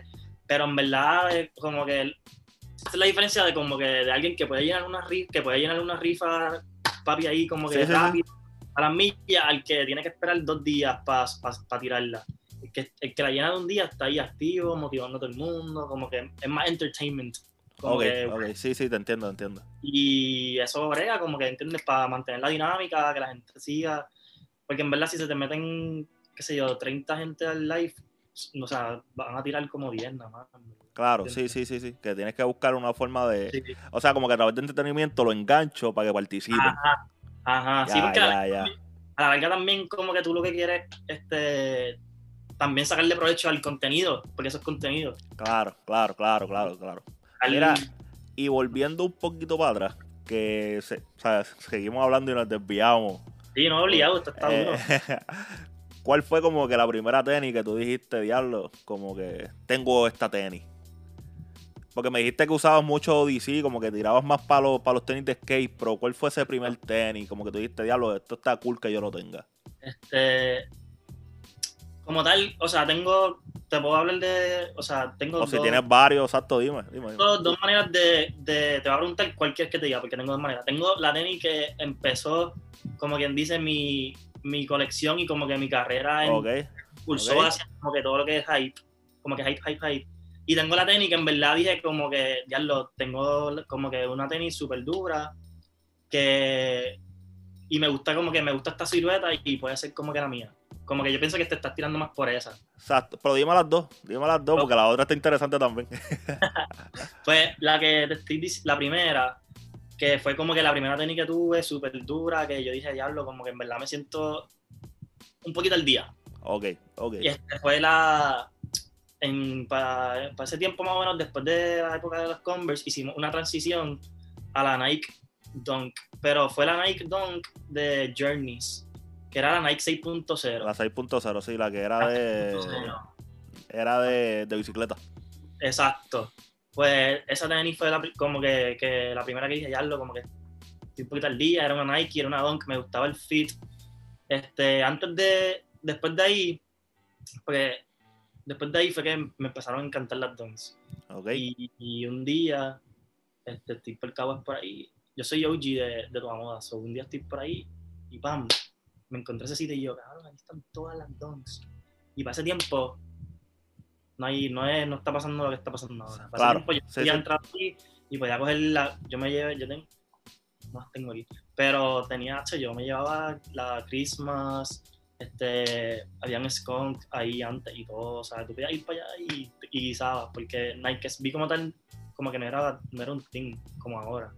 pero en verdad es como que esa es la diferencia de como que de alguien que puede llenar una rifa, que puede llenar una rifa, papi, ahí como que Sí, sí, rápido, sí. a las millas, al que tiene que esperar dos días para pa, pa tirarla. El que, el que la llena de un día está ahí activo, motivando a todo el mundo, como que es más entertainment. Como Ok, que, ok, sí, sí, te entiendo, te entiendo. y eso brega, como que, ¿entiendes? Para mantener la dinámica, que la gente siga. Porque en verdad, si se te meten, qué sé yo, treinta gente al live, o sea, van a tirar como diez nada más. Claro, sí, sí, sí, sí. Que tienes que buscar una forma de. Sí. O sea, como que a través de entretenimiento lo engancho para que participen. Ajá, ajá. Sí, Ya, porque a la, ya, ya. a la larga también, como que tú lo que quieres, este, también sacarle provecho al contenido, porque eso es contenido. Claro, claro, claro, claro, claro. Al, Mira, y volviendo un poquito para atrás, que se, o sea, seguimos hablando y nos desviamos. sí, no obligado, esto está Eh, duro. ¿Cuál fue como que la primera tenis que tú dijiste, diablo, como que tengo esta tenis? Porque me dijiste que usabas mucho O D C, como que tirabas más para los, para los tenis de skate, pero ¿cuál fue ese primer tenis? Como que tú dijiste, diablo, esto está cool que yo lo tenga. Este, como tal, o sea, tengo, te puedo hablar de, o sea, tengo O si dos, tienes varios, exacto, dime, dime. dime. dos, dos maneras de, de, te voy a preguntar cuál quieres que te diga, porque tengo dos maneras. Tengo la tenis que empezó, como quien dice, mi, mi colección y como que mi carrera en, Ok, impulsó ok. hacia como que todo lo que es hype, como que hype, hype, hype. Y tengo la tenis que en verdad dije como que, diablo, tengo como que una tenis súper dura, que, y me gusta como que me gusta esta silueta y puede ser como que la mía. Como que yo pienso que te estás tirando más por esa. Exacto, pero dime las dos, dime las dos, porque la otra está interesante también. Pues la que te estoy dic- la primera, que fue como que la primera tenis que tuve, súper dura, que yo dije, diablo, como que en verdad me siento un poquito al día. Ok, ok. Y este fue la, para pa ese tiempo más o menos, después de la época de los Converse, hicimos una transición a la Nike Dunk, pero fue la Nike Dunk de Journeys, que era la Nike seis punto cero. La seis punto cero, sí, la que era de. Era de, de bicicleta. Exacto. Pues esa tenis fue la, como que, que la primera que dije, ya lo como que estoy un poquito al día, era una Nike, era una Dunk, me gustaba el fit. Este, antes de, después de ahí, pues después de ahí fue que me empezaron a encantar las Dunks. Okay. Y, y un día, este, estoy por Caguas por ahí, yo soy O G de, de Toda Moda, so un día estoy por ahí y pam, me encontré ese sitio y yo, cabrón, aquí están todas las Dunks. Y para ese tiempo, no, hay, no, es, no está pasando lo que está pasando ahora. Para Claro, ese tiempo yo sí, podía sí. entrar aquí y podía coger la, yo me llevé, yo tengo, no las tengo aquí, pero tenía, yo me llevaba la Christmas, este, habían skunk ahí antes y todo, o sea, tú podías ir para allá y, y sabes, porque Nike S B como tal, como que no era, no era un thing como ahora.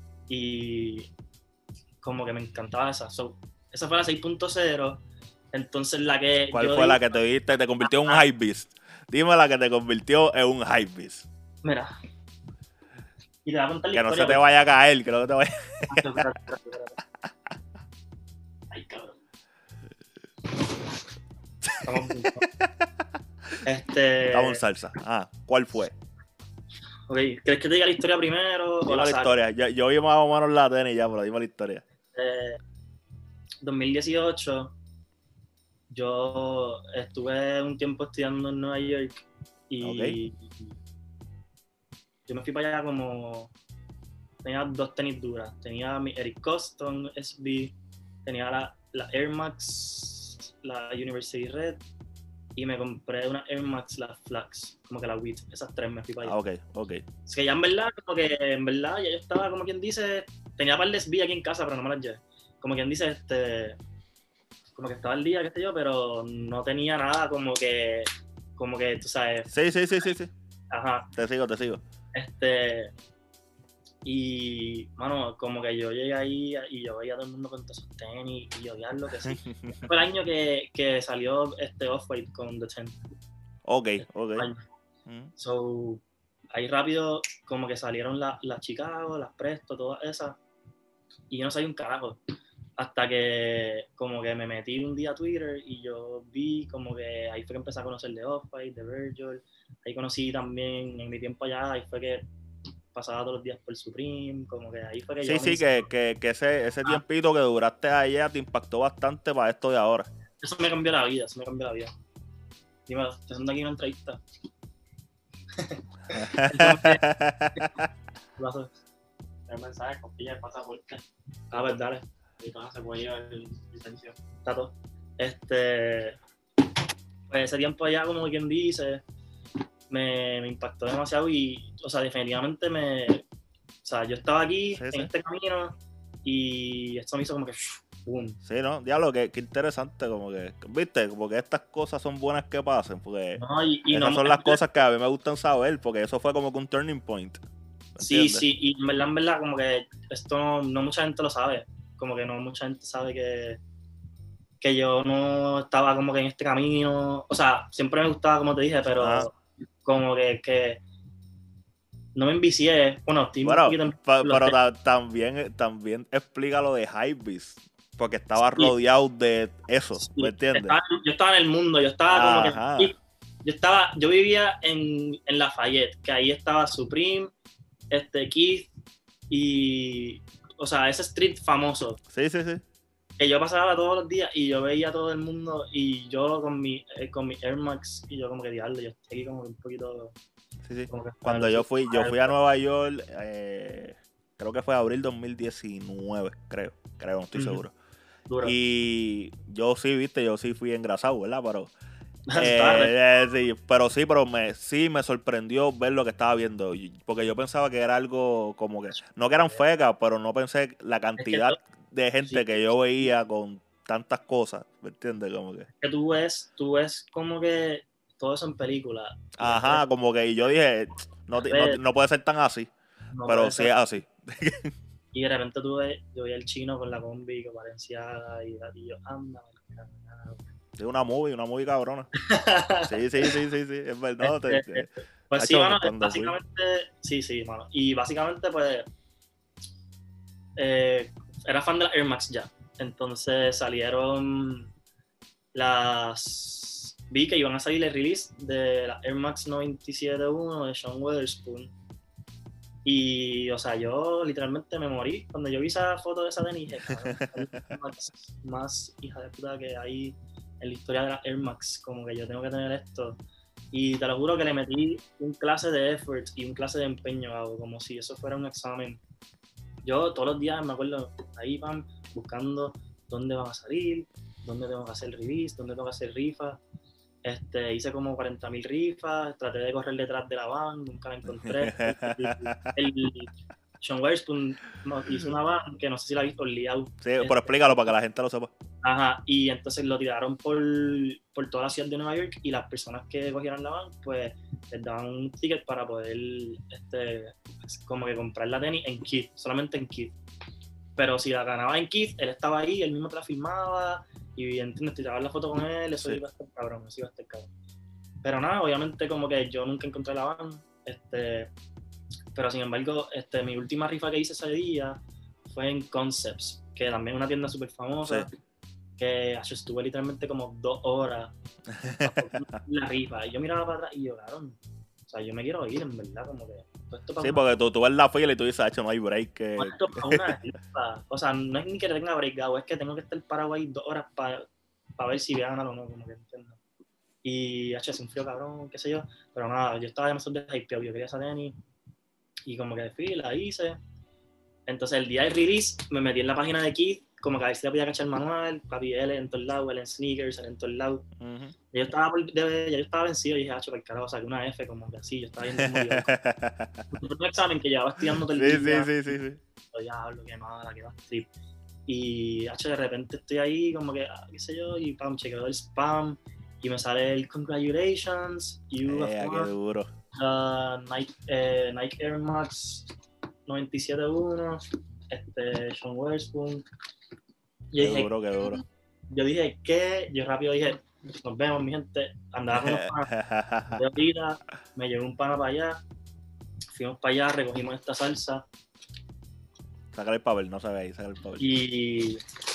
Y como que me encantaba esa. So, esa fue la seis punto cero. Entonces la que ¿Cuál yo fue digo, la que te viste, te convirtió en un hype beast? Dime la que te convirtió en un hype beast. mira, y te voy a contar la Que no historia. se te vaya a caer, que no te vaya. Espérate, espérate, espérate, espérate. Ay, cabrón. Estamos bien. Este. Estamos en salsa. Ah, ¿cuál fue? Ok, ¿crees que te diga la historia primero? O Dime la la saco? historia. Yo, yo vi más o menos la tenis ya, pero dime la historia. Eh, dos mil dieciocho, yo estuve un tiempo estudiando en Nueva York y Ok. yo me fui para allá como. Tenía dos tenis duras. Tenía mi Eric Coston S B, tenía la, la Air Max, la University Red, y me compré una Air Max, la Flax, como que la Wheat. Esas tres me fui para allá. Ah, ok, ok. Es que ya en verdad, como que en verdad, ya yo estaba, como quien dice, tenía par de S B aquí en casa, pero no me las llevé. Como quien dice, este, como que estaba al día, qué sé yo, pero no tenía nada como que, como que, tú sabes, Sí, sí, sí, sí, sí. ajá, Te sigo, te sigo. este, y, mano, como que yo llegué ahí y yo veía a todo el mundo con todos esos tenis y yo lo que sí. Fue el año que, que salió este Off-White con The Ten. Ok, Este ok. año. Mm. So, ahí rápido como que salieron las la Chicago, las Presto, todas esas, y yo no sabía un carajo. Hasta que como que me metí un día a Twitter y yo vi como que ahí fue que empecé a conocer de Off-White, de Virgil. Ahí conocí también en mi tiempo allá, ahí fue que pasaba todos los días por Supreme, como que ahí fue que Sí, yo sí, que, que, que ese, ese tiempito que duraste allá te impactó bastante para esto de ahora. Eso me cambió la vida, eso me cambió la vida. Dímelo, estoy haciendo aquí una entrevista. Entonces, ¿qué pasó? El mensaje, copilla el pasaporte. A ver, dale. Y entonces se puede llevar el licencia. Está todo. Este, pues ese tiempo allá, como quien dice, me, me impactó demasiado y, o sea, definitivamente me, o sea, yo estaba aquí Sí, en sí. este camino y esto me hizo como que, boom. Sí, ¿no? Diablo, qué, qué interesante, como que, ¿viste? Como que estas cosas son buenas que pasen, porque No, y, y esas no, son las cosas que a mí me gustan saber, porque eso fue como que un turning point. sí, ¿Entiendes? sí, y en verdad, en verdad, como que esto no, no mucha gente lo sabe, como que no mucha gente sabe que, que yo no estaba como que en este camino, o sea, siempre me gustaba, como te dije, pero Ajá. como que, que no me envicié, bueno, estoy un Bueno, poquito en- pa- lo pero sé. ta- también, también explica lo de Hypebeast, porque estaba rodeado de eso, Sí, ¿me entiendes? estaba- yo estaba en el mundo, yo estaba como que, Ajá. yo estaba, yo vivía en, en Lafayette, que ahí estaba Supreme, este Keith y, o sea, ese street famoso, Sí, sí, sí. que yo pasaba todos los días y yo veía a todo el mundo y yo con mi, eh, con mi Air Max y yo como que diablo, yo estoy aquí como que un poquito, Sí, sí. como que Cuando para- yo fui, yo fui a Nueva York, eh, creo que fue abril dos mil diecinueve, creo, creo, no estoy Ujú. seguro. Duro. Y yo sí, viste, yo sí fui engrasado, ¿verdad? Pero, Estaba re- eh, eh, sí, pero sí, pero me, sí me sorprendió ver lo que estaba viendo, y- porque yo pensaba que era algo como que, no que eran fecas, pero no pensé la es que, cantidad to- de gente sí, que yo veía con tantas cosas, ¿me entiendes? Como que, que tú ves, tú ves como que todo eso en película y en ajá, redes, como que y yo dije, no, ti- no, redes, ti- no puede ser tan así, no pero puede sí ser. es así. Y de repente tú ves, yo vi al chino con la combi que parecía y, y yo, anda, carajo. Sí, una movie, una movie cabrona. Sí, sí, sí, sí, sí, es verdad. No, te, Este, te- pues sí, Hacho, mano, cuando fui. básicamente, sí, sí, mano. Y básicamente, pues, eh, era fan de la Air Max ya. Entonces salieron las... Vi que iban a salir el release de la Air Max noventa y siete punto uno de Sean Weatherspoon. Y, o sea, yo literalmente me morí. Cuando yo vi esa foto de esa tenis, dije, cabrón, es la más, más hija de puta que hay en la historia de la Air Max. Como que yo tengo que tener esto. Y te lo juro que le metí un clase de effort y un clase de empeño, hago, como si eso fuera un examen. Yo todos los días me acuerdo ahí, pam, buscando dónde van a salir, dónde tengo que hacer release, dónde tengo que hacer rifas. Este, hice como cuarenta mil rifas, traté de correr detrás de la van, nunca la encontré. El, el Sean Weatherspoon hizo una van que no sé si la has visto, Liao. Sí, pero explícalo para que la gente lo sepa. Ajá, y entonces lo tiraron por, por toda la ciudad de Nueva York y las personas que cogieron la van, pues les daban un ticket para poder, este, como que comprar la tenis en Kith, solamente en Kith. Pero si la ganaba en Kith, él estaba ahí, él mismo te la filmaba y, ¿entiendes? Te tirabas la foto con él, eso Sí. iba a estar cabrón, eso iba a estar cabrón. Pero nada, obviamente como que yo nunca encontré la van, este, pero sin embargo, este, mi última rifa que hice ese día fue en Concepts, que también es una tienda súper famosa. Sí. Que yo estuve literalmente como dos horas en la rifa y yo miraba para atrás y yo, cabrón, o sea, yo me quiero ir en verdad, como que todo esto para Sí, una, porque tú, tú ves la fila y tú dices, Hacho, no hay break. Que... todo esto para una rifa, o sea, no es ni que tenga breakado, es que tengo que estar parado ahí dos horas para pa ver si ganan o no, como que entiendo. Y H, hace un frío cabrón, qué sé yo, pero nada, yo estaba demasiado hypeado, yo quería esa tenis y como que fui, la hice. Entonces el día del release me metí en la página de Keith, como que a ver si le podía cachar el manual, papi, él en todos lados, él en sneakers, él en todos lados. Uh-huh. Y yo estaba, por, de, ya yo estaba vencido y dije, hacho, para el carajo, saqué una F, como que así, yo estaba viendo un motivo. Fue un examen que llevaba estudiando todo el Sí, día. sí, sí, sí, sí. Yo ya hablo, que mala, que va trip. Y, hacho, de repente estoy ahí, como que, ah, qué sé yo, y pam, chequeo el spam, y me sale el congratulations, you Eh, have qué won duro. uh, Nike, eh, Nike Air Max noventa y siete punto uno, este, Sean Weatherspoon. Yo Qué dije, duro, qué duro. yo dije, ¿qué? Yo rápido dije, nos vemos, mi gente. Andaba con unos panas. De ahorita, me llevé un pana para allá. Fuimos para allá, recogimos esta salsa. Sácale el papel, no se ve ahí, sácale el papel. Y.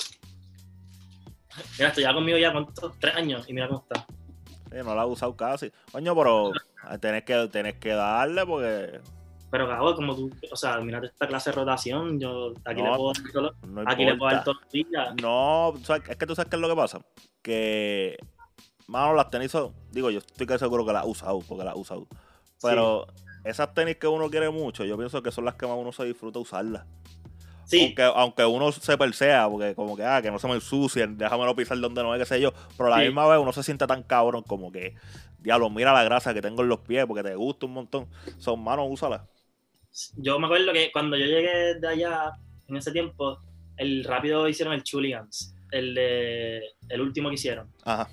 Mira, estoy ya conmigo ya, ¿cuántos? Tres años. Y mira cómo está. Sí, no la he usado casi. Coño, pero tenés que, tenés que darle porque. Pero cabrón, como tú, o sea, mírate esta clase de rotación. Yo aquí No, le puedo dar todo, No aquí le puedo dar importa. todos los días. No, ¿sabes? Es que tú sabes qué es lo que pasa. Que, mano, las tenis son. Digo, yo estoy casi seguro que las he usado, porque las he usado. Pero esas tenis que uno quiere mucho, yo pienso que son las que más uno se disfruta usarlas. Sí. Aunque, aunque uno se persea, porque como que, ah, que no se me ensucien, déjamelo pisar donde no es, qué sé yo. Pero a la Sí. misma vez uno se siente tan cabrón como que, diablo, mira la grasa que tengo en los pies porque te gusta un montón. Son manos, úsalas. Yo me acuerdo que cuando yo llegué de allá, en ese tiempo, el rápido hicieron el Chuligans, el de el último que hicieron. Ajá.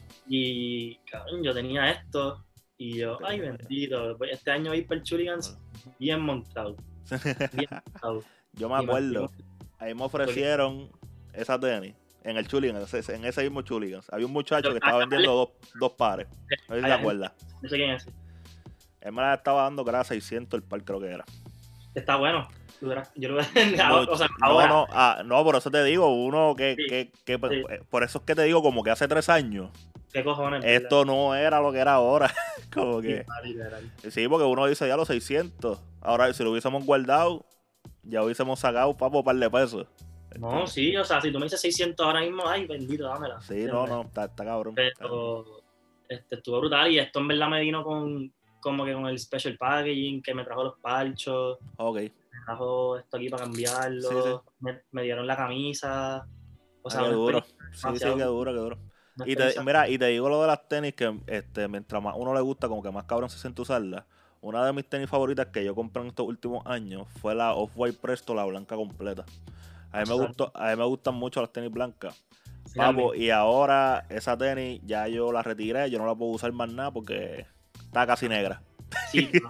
Y cabrón, yo tenía esto y yo, ay bendito, pues este año voy para el Chuligans bien montado. Bien montado. Yo me acuerdo, ahí me ofrecieron esa tenis en el Chuligans, en ese mismo Chuligans. Había un muchacho que estaba vendiendo dos, dos pares. No sé si te acuerdas. No sé quién es. Él me la estaba dando que era seiscientos el par, creo que era. Está bueno. Yo lo voy a No, o sea, no, ahora. no, ah, no, por eso te digo, uno que, Sí, que, que sí. por eso es que te digo, como que hace tres años, ¿Qué cojones? esto no era lo que era ahora. Como que, Literal. sí, porque uno dice ya los seiscientos. Ahora, si lo hubiésemos guardado, ya hubiésemos sacado papo un par de pesos. No, sí, o sea, si tú me dices seiscientos ahora mismo, ay, bendito, dámela. Sí, no, no, está, está cabrón. Pero este, estuvo brutal y esto en verdad me vino con como que con el special packaging, que me trajo los parchos, Ok. me trajo esto aquí para cambiarlo, Sí, sí. Me, me dieron la camisa. O sea, Ah, qué una duro. experiencia Sí, sí, demasiado- qué duro, qué duro. una Y te, experiencia- mira, y te digo lo de las tenis que este, mientras más uno le gusta, como que más cabrón se siente usarlas. Una de mis tenis favoritas que yo compré en estos últimos años fue la Off-White Presto, la blanca completa. A mí me gustó, a mí me gustan mucho las tenis blancas. Papo, finalmente. y ahora esa tenis ya yo la retiré, yo no la puedo usar más nada porque está casi negra. Sí, no.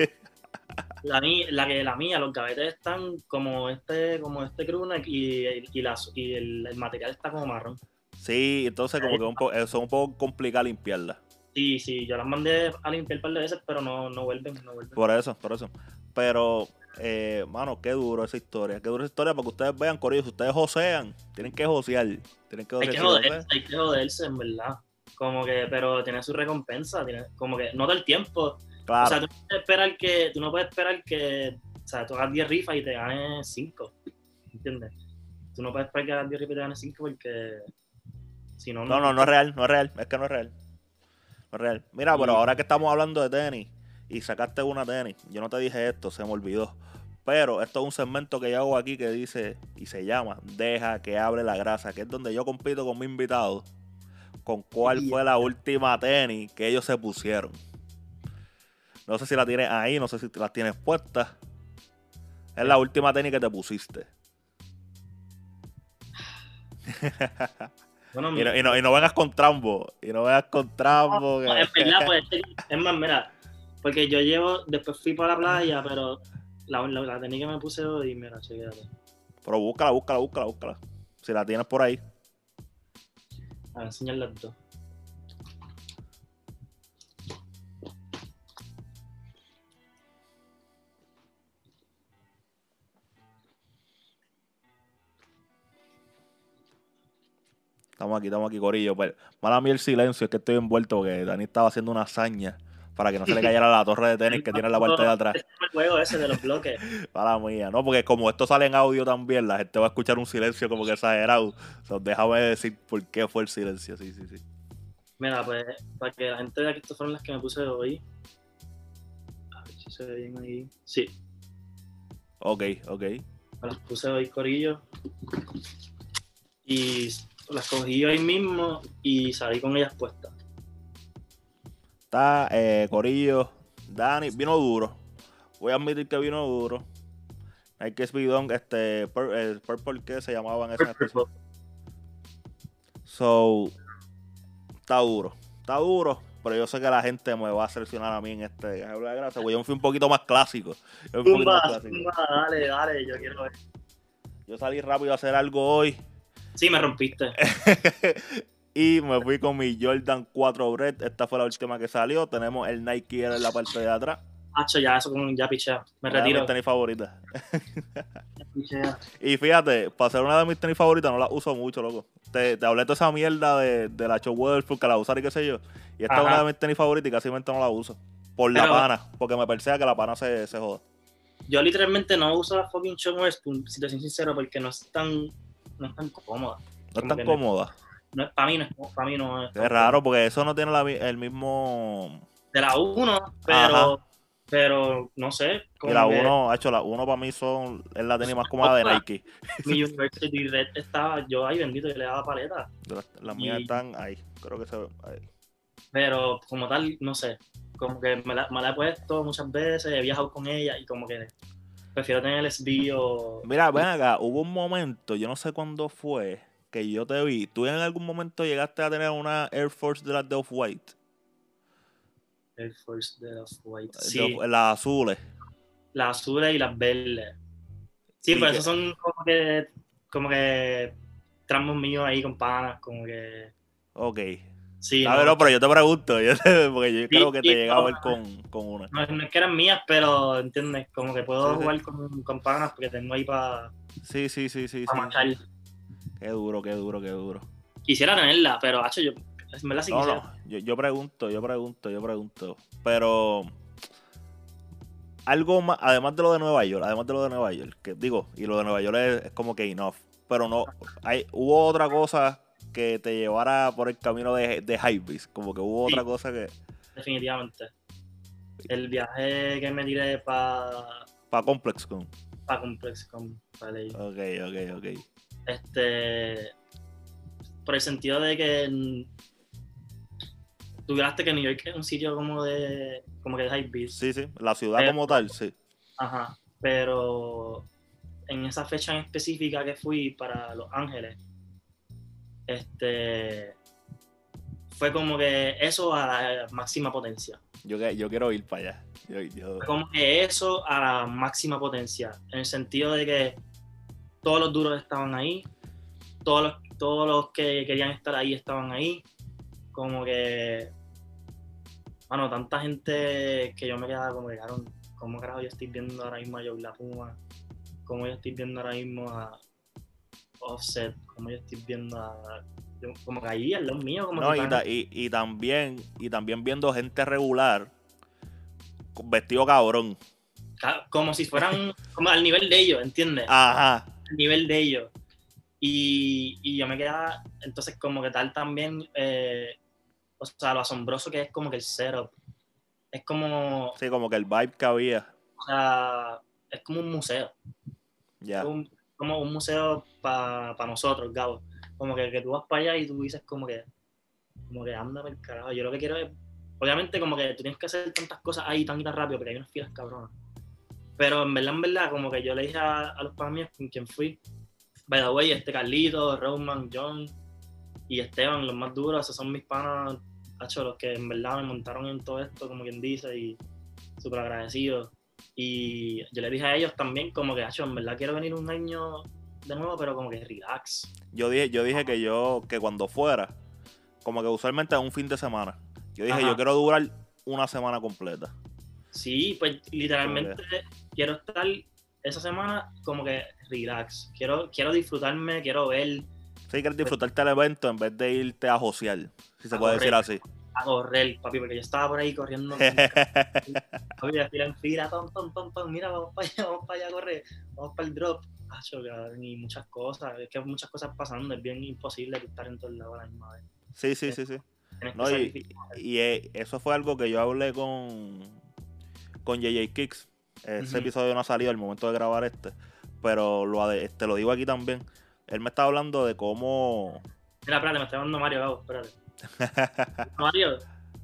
La, mí- la que la mía, los gavetes están como este, como este crewneck y, y, las- y el, el material está como marrón. Sí, entonces como que un po- eh, son un poco complicadas limpiarlas. Sí, sí, yo las mandé a limpiar un par de veces, pero no, no vuelven, no vuelven. Por eso, por eso. Pero, eh, mano, qué duro esa historia. Qué dura esa historia para que ustedes vean, corillo. Si ustedes josean, tienen que josear. Tienen que Hay josear. que Si joderse, josean- hay que joderse, en verdad. Como que, pero tiene su recompensa, tiene, como que no todo el tiempo. Claro. O sea, tú no puedes esperar que, tú no puedes esperar que, o sea, tú hagas diez rifas y te ganes cinco. ¿Entiendes? Tú no puedes esperar que hagas diez rifas y te ganes cinco porque si no, No, no, no es real, no es real. Es que no es real. No es real. Mira, pero Y- ahora que estamos hablando de tenis y sacaste una tenis, yo no te dije esto, se me olvidó. Pero esto es un segmento que yo hago aquí que dice, y se llama, Deja que hable la grasa, que es donde yo compito con mi invitado con cuál fue la última tenis que ellos se pusieron. No sé si la tienes ahí, no sé si las tienes puestas. Es la última tenis que te pusiste. Bueno, Y no, y no, y no vengas con trambo. Y no vengas con trambo. no, que- es verdad, pues, es más, mira, porque yo llevo, después fui para la playa, pero la, la, la tenis que me puse hoy, mira, chequéate. Pero búscala, búscala, búscala, búscala. Si la tienes por ahí. A ver, enseñar las dos. Estamos aquí, estamos aquí, corillo. Pues, mala mía el silencio, es que estoy envuelto porque Dani estaba haciendo una hazaña para que no se le cayera la torre de tenis que tiene en la parte de atrás. Ese es el juego ese de los bloques. Mala mía, no, porque como esto sale en audio también, la gente va a escuchar un silencio como que exagerado. O sea, déjame decir por qué fue el silencio, sí, sí, sí. Mira, pues, para que la gente vea que estas fueron las que me puse hoy. A ver si se ve bien ahí. Sí, Ok, ok. me las puse hoy, corillo. Y las cogí hoy mismo y salí con ellas puestas. Está, eh, corillo, Dani, vino duro. Voy a admitir que vino duro. Hay que Speedon, este, pur, eh, Purple, ¿qué se llamaban esas especie? So, está duro, está duro, pero yo sé que la gente me va a seleccionar a mí en este Deja hablar de grasa, porque yo me fui un poquito más clásico. Yo, me fui un poquito más Zumba, clásico. zumba, dale, dale, yo quiero ver. Yo salí rápido a hacer algo hoy Sí, me rompiste. y me fui con mi Jordan cuatro Bread. Esta fue la última que salió. Tenemos el Nike Air en la parte de atrás. Hacho, ya, eso con, ya pichea. Me Una de retiro. mis tenis favoritas. Ya pichea. Y fíjate, para ser una de mis tenis favoritas no la uso mucho, loco. Te, te hablé de esa mierda de, de la Show Weatherford que la usar y qué sé yo. Y esta Ajá. es una de mis tenis favoritas y casi no la uso. Por la Pero- pana, porque me persea que la pana se, se joda. Yo literalmente no uso la fucking Show Spoon, si te soy sincero, porque no es tan, no es tan cómoda. No es Como tan que no- cómoda. No es, para mí no es, para mí no es. Es raro porque eso no tiene la mi- el mismo... De la uno, pero, Ajá. Pero, no sé. Y Como la que uno, ha hecho la uno para mí son, es la tenis más cómoda de Nike. mi University Red estaba, yo ahí bendito, yo le daba paleta. Las, las Y- mías están ahí, creo que se ven ahí. Pero como tal, no sé. Como que me la, me la he puesto muchas veces, he viajado con ella y como que prefiero tener el S B o... Mira, ven acá, hubo un momento, yo no sé cuándo fue, que yo te vi. ¿Tú en algún momento llegaste a tener una Air Force de las de Off-White? Air Force de los White. De Sí, Off- las azules. las azules y las verdes. Sí, Y pero que- esos son como que, como que tramos míos ahí con panas, como que... Ok. Sí, A no, ver, no, pero yo te pregunto, yo te- porque yo sí, creo que te sí, llega a no, ver con, con una. no, no es que eran mías, pero, ¿entiendes? Como que puedo Sí, sí. jugar con, con panas porque tengo ahí para Sí, sí, sí, sí, sí, marchar. sí. Qué duro, qué duro, qué duro. Quisiera tenerla, pero, hacho, yo, en verdad sí No, quisiera. no, yo, yo pregunto, yo pregunto, yo pregunto. Pero algo más, además de lo de Nueva York, además de lo de Nueva York, que digo, y lo de Nueva York es, es como que enough, pero no, hay, hubo otra cosa que te llevara por el camino de, de Hypebeast, como que hubo Sí. otra cosa que, Definitivamente. El viaje que me tiré para para ComplexCon. pa ComplexCon, vale. Ok, ok, ok. Este, por el sentido de que mm, tú graste que New York es un sitio como de, como que de hypebeast. Sí, sí, la ciudad Pero- como tal, sí. Ajá, pero en esa fecha en específica que fui para Los Ángeles, este, fue como que eso a la máxima potencia. Yo, que- yo quiero ir para allá. Yo, yo- Fue como que eso a la máxima potencia, en el sentido de que todos los duros estaban ahí, todos los, todos los que querían estar ahí estaban ahí, como que, bueno, tanta gente que yo me quedaba como que, cabrón, ¿cómo carajo yo estoy viendo ahora mismo a Joe La Puma? ¿Cómo yo estoy viendo ahora mismo a Offset? ¿Cómo yo estoy viendo a... yo- como que ahí, al lado mío, como No, que y, están- ta- y, y también, y también viendo gente regular con vestido cabrón. ca- como si fueran como al nivel de ellos, ¿entiendes? Ajá. Al nivel de ellos. Y, y yo me quedaba, entonces como que tal también, eh, o sea, lo asombroso que es como que el setup. Es como, Sí, como que el vibe que había. o sea, es como un museo. Ya. Es un- como un museo para nosotros, Gabo. Como que, que tú vas para allá y tú dices como que, como que anda el carajo. Yo lo que quiero es, obviamente como que tú tienes que hacer tantas cosas ahí tan y tan rápido porque hay unas filas cabronas. Pero en verdad, en verdad, como que yo le dije a, a los panas míos con quien fui, by the way, este Carlito, Roman, John y Esteban, los más duros, esos son mis panas, hacho, los que en verdad me montaron en todo esto, como quien dice, y súper agradecidos. Y yo le dije a ellos también como que, hacho, en verdad quiero venir un año de nuevo, pero como que relax. Yo dije, yo dije que yo, que cuando fuera, como que usualmente es un fin de semana. Yo dije, Ajá. yo quiero durar una semana completa. Sí, pues literalmente quiero estar esa semana como que relax. Quiero, quiero disfrutarme, quiero ver, Sí, quieres disfrutarte el evento en vez de irte a josear, si se A puede decir correr. así. a correr, papi, porque yo estaba por ahí corriendo. Papi, de fila en fila, tom, tom, tom, tom, mira, vamos para allá, vamos para allá a correr, vamos para el drop. Acho, cabrón, y muchas cosas, es que hay muchas cosas pasando, es bien imposible estar en todos lados a la misma vez. Sí, sí, sí, sí. Tienes No, que y, sacrificar. y eh, eso fue algo que yo hablé con, con J J Kicks. Ese Ujú. episodio no ha salido al momento de grabar este, pero lo, ade- te lo digo aquí también. Él me estaba hablando de cómo... Mira, espérate, me está llamando Mario, Gabo, espérate. Mario,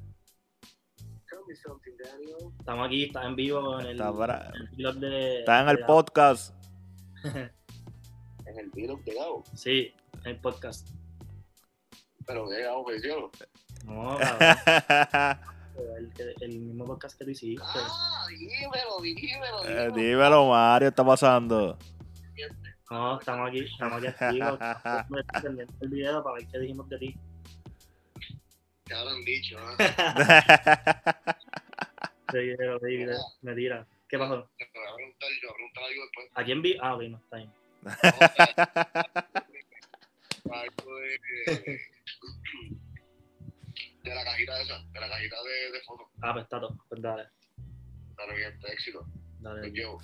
estamos aquí, estás en vivo en el, Está para- en el vlog de... Está en el de- podcast. En el video de Gabo. Sí, en el podcast. Pero que Gabo perdió. No, cabrón, el, que- el mismo podcast que tú hiciste. Ah, dímelo, dímelo, Eh, dímelo. dímelo, Mario, está pasando. No, estamos aquí, estamos aquí activos. Estamos pendientes del video para ver qué dijimos de ti. ¿Qué habrán dicho? ¿no? Sí, pero, sí, me tira. ¿Qué pasó? Te voy a preguntar, yo voy a preguntar algo después. ¿A quién vi? Ah, ok, no, está bien. Algo de, de la cajita esa, de la cajita de, de fotos. Ah, pues está todo. Pues dale, Dale, bien, este éxito. dale. Los llevo.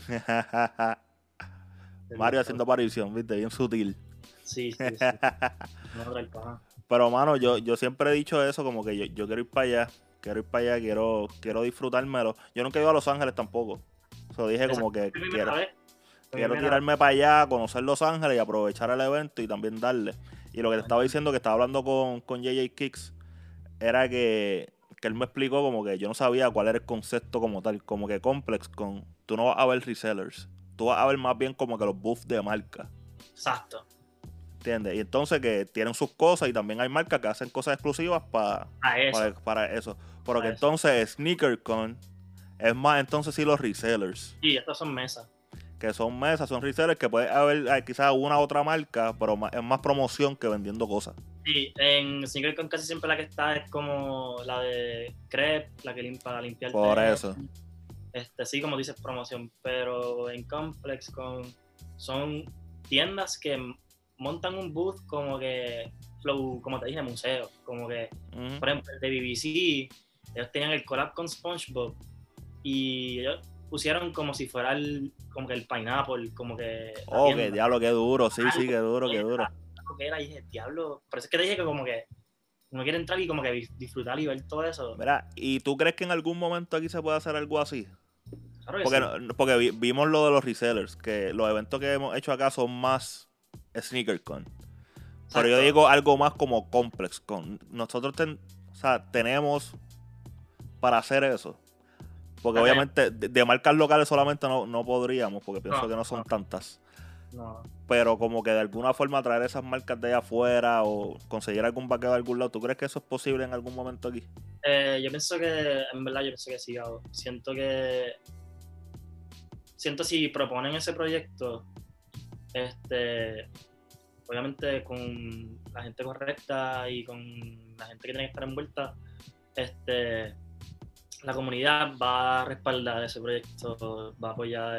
Mario haciendo aparición, viste, bien sutil. Sí, sí, sí. No, otra el pana. Pero, mano, yo, yo siempre he dicho eso, como que yo, yo quiero ir para allá. quiero ir para allá, quiero, quiero disfrutármelo. Yo nunca he ido a Los Ángeles tampoco. So, dije como que Primera quiero, vez. quiero Primera- tirarme para allá, conocer Los Ángeles y aprovechar el evento y también darle. Y lo que te estaba diciendo, que estaba hablando con, con J J Kicks, era que, que él me explicó como que yo no sabía cuál era el concepto como tal. Como que Complex, con tú no vas a ver resellers. Tú vas a ver más bien como que los buffs de marca. Exacto. ¿Entiendes? Y entonces que tienen sus cosas y también hay marcas que hacen cosas exclusivas pa- A eso. para, para eso. Pero que Para eso. entonces SneakerCon es más entonces sí los resellers. Sí, estas son mesas. Que son mesas, son resellers que puede haber eh, quizás una otra marca, pero ma- es más promoción que vendiendo cosas. Sí, en SneakerCon casi siempre la que está es como la de Crepe, la que limpia para limpiar. Por tenis. eso. Este, sí, como dices, promoción. Pero en Complex con, son tiendas que montan un booth como que, flow, como te dije, museo. Como que, Ujú. por ejemplo, el de B B C, ellos tenían el collab con SpongeBob y ellos pusieron como si fuera el, como que el pineapple, como que. la Oh, qué tienda. diablo, qué duro. Sí, sí, qué duro, qué duro. Algo que era, y dije, diablo. Por eso es que te dije que como que uno quiere entrar y como que dis- disfrutar y ver todo eso. Mira, ¿y tú crees que en algún momento aquí se puede hacer algo así? Claro que Porque, sí. no- porque vi- vimos lo de los resellers, que los eventos que hemos hecho acá son más SneakerCon. Pero yo Exacto. digo algo más como ComplexCon. Nosotros ten- o sea, tenemos para hacer eso. Porque Ajá. obviamente de, de marcas locales solamente no, no podríamos, porque pienso No, que no son no. tantas. No. Pero como que de alguna forma traer esas marcas de allá afuera o conseguir algún vaqueo de algún lado, ¿tú crees que eso es posible en algún momento aquí? Eh, yo pienso que, en verdad, yo pienso que sí, Gabo. Siento que. Siento si proponen ese proyecto, este. Obviamente con la gente correcta y con la gente que tiene que estar envuelta, este. La comunidad va a respaldar ese proyecto, va a apoyar.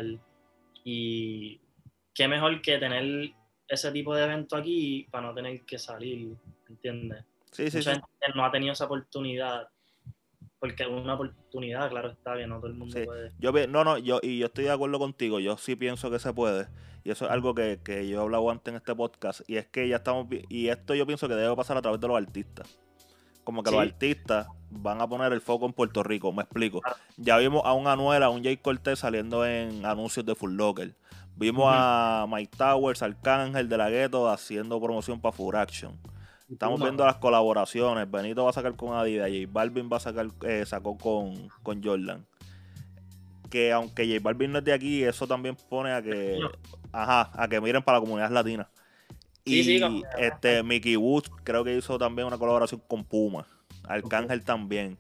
Y qué mejor que tener ese tipo de evento aquí para no tener que salir, ¿entiendes? Sí, sí, Mucha sí. gente no ha tenido esa oportunidad, porque es una oportunidad, claro está, que no todo el mundo Sí. puede. Yo vi- no, no, yo y yo estoy de acuerdo contigo, yo sí pienso que se puede. Y eso es algo que, que yo he hablado antes en este podcast. Y es que ya estamos, vi- y esto yo pienso que debe pasar a través de los artistas. Como que Sí. los artistas van a poner el foco en Puerto Rico, me explico. Claro. Ya vimos a un Anuel, a un Jay Cortez saliendo en anuncios de Full Locker. Vimos Ujú. a Mike Towers, Arcángel de la Ghetto haciendo promoción para Full Action. Estamos Puma. viendo las colaboraciones. Benito va a sacar con Adidas, J Balvin va a sacar, eh, sacó con, con Jordan. Que aunque J Balvin no es de aquí, eso también pone a que, ajá, a que miren para la comunidad latina. Sí, Y sí, como- este Mickey Woods creo que hizo también una colaboración con Puma. Arcángel también.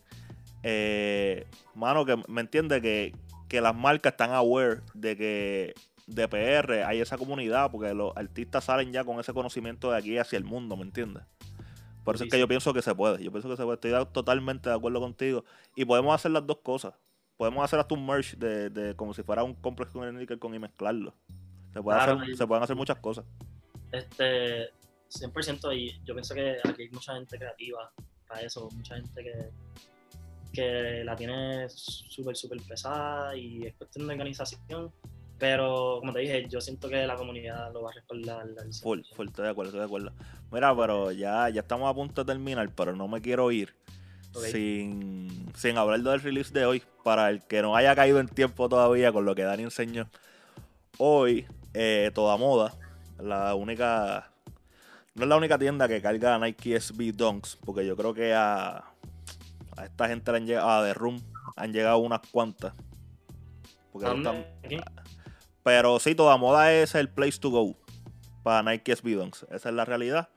Eh, mano, que me entiende que, que las marcas están aware de que de P R hay esa comunidad, porque los artistas salen ya con ese conocimiento de aquí hacia el mundo, ¿me entiendes? Por eso Sí, es que sí. yo pienso que se puede. Yo pienso que se puede. Estoy de- totalmente de acuerdo contigo. Y podemos hacer las dos cosas. Podemos hacer hasta un merch de, de como si fuera un complex con el nickel con y mezclarlo. Se, puede Claro, hacer, y- se pueden hacer muchas cosas. Este, cien por ciento, y yo pienso que aquí hay mucha gente creativa para eso, mucha gente que, que la tiene súper, súper pesada y es cuestión de organización, pero como te dije, yo siento que la comunidad lo va a respaldar al cien Full, por ciento. full, estoy de acuerdo, estoy de acuerdo. Mira, pero ya, ya estamos a punto de terminar, pero no me quiero ir Ok. sin, sin hablar del release de hoy. Para el que no haya caído en tiempo todavía con lo que Dani enseñó. Hoy, eh, Toda Moda, la única, no es la única tienda que carga Nike S B Dunks, porque yo creo que a, a esta gente le han llegado, a The Room, han llegado unas cuantas. Porque ¿A ellos dónde? están- Aquí. pero sí, Toda Moda es el place to go para Nike S B Dunks. Esa es la realidad.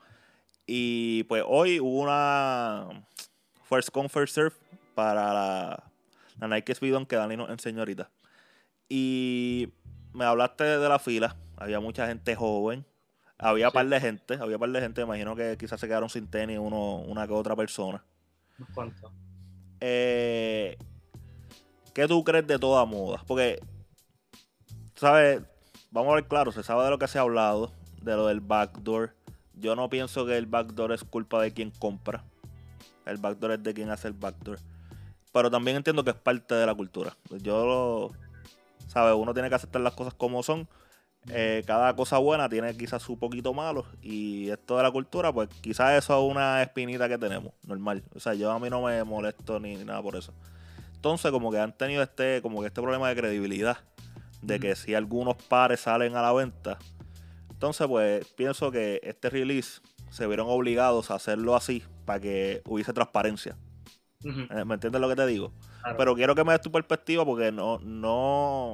Y pues hoy hubo una first come, first serve para la, la Nike S B Dunk que Dani nos enseñó ahorita. Y me hablaste de la fila. Había mucha gente joven. Había Sí. par de gente. Había par de gente. Me imagino que quizás se quedaron sin tenis uno, una que otra persona. Unos cuantos. Eh, ¿Qué tú crees de Toda Moda? Porque, ¿sabes? Vamos a ver claro, se sabe de lo que se ha hablado, de lo del backdoor. Yo no pienso que el backdoor es culpa de quien compra. El backdoor es de quien hace el backdoor. Pero también entiendo que es parte de la cultura. Yo lo... ¿Sabes? Uno tiene que aceptar las cosas como son. eh, cada cosa buena tiene quizás su poquito malo, y esto de la cultura, pues quizás eso es una espinita que tenemos, normal. O sea, yo a mí no me molesto ni, ni nada por eso. Entonces, como que han tenido este, como que este problema de credibilidad, de Ujú. que si algunos pares salen a la venta, entonces pues pienso que este release se vieron obligados a hacerlo así para que hubiese transparencia. Ujú, Eh, ¿Me entiendes lo que te digo? claro. Pero quiero que me des tu perspectiva, porque no, no,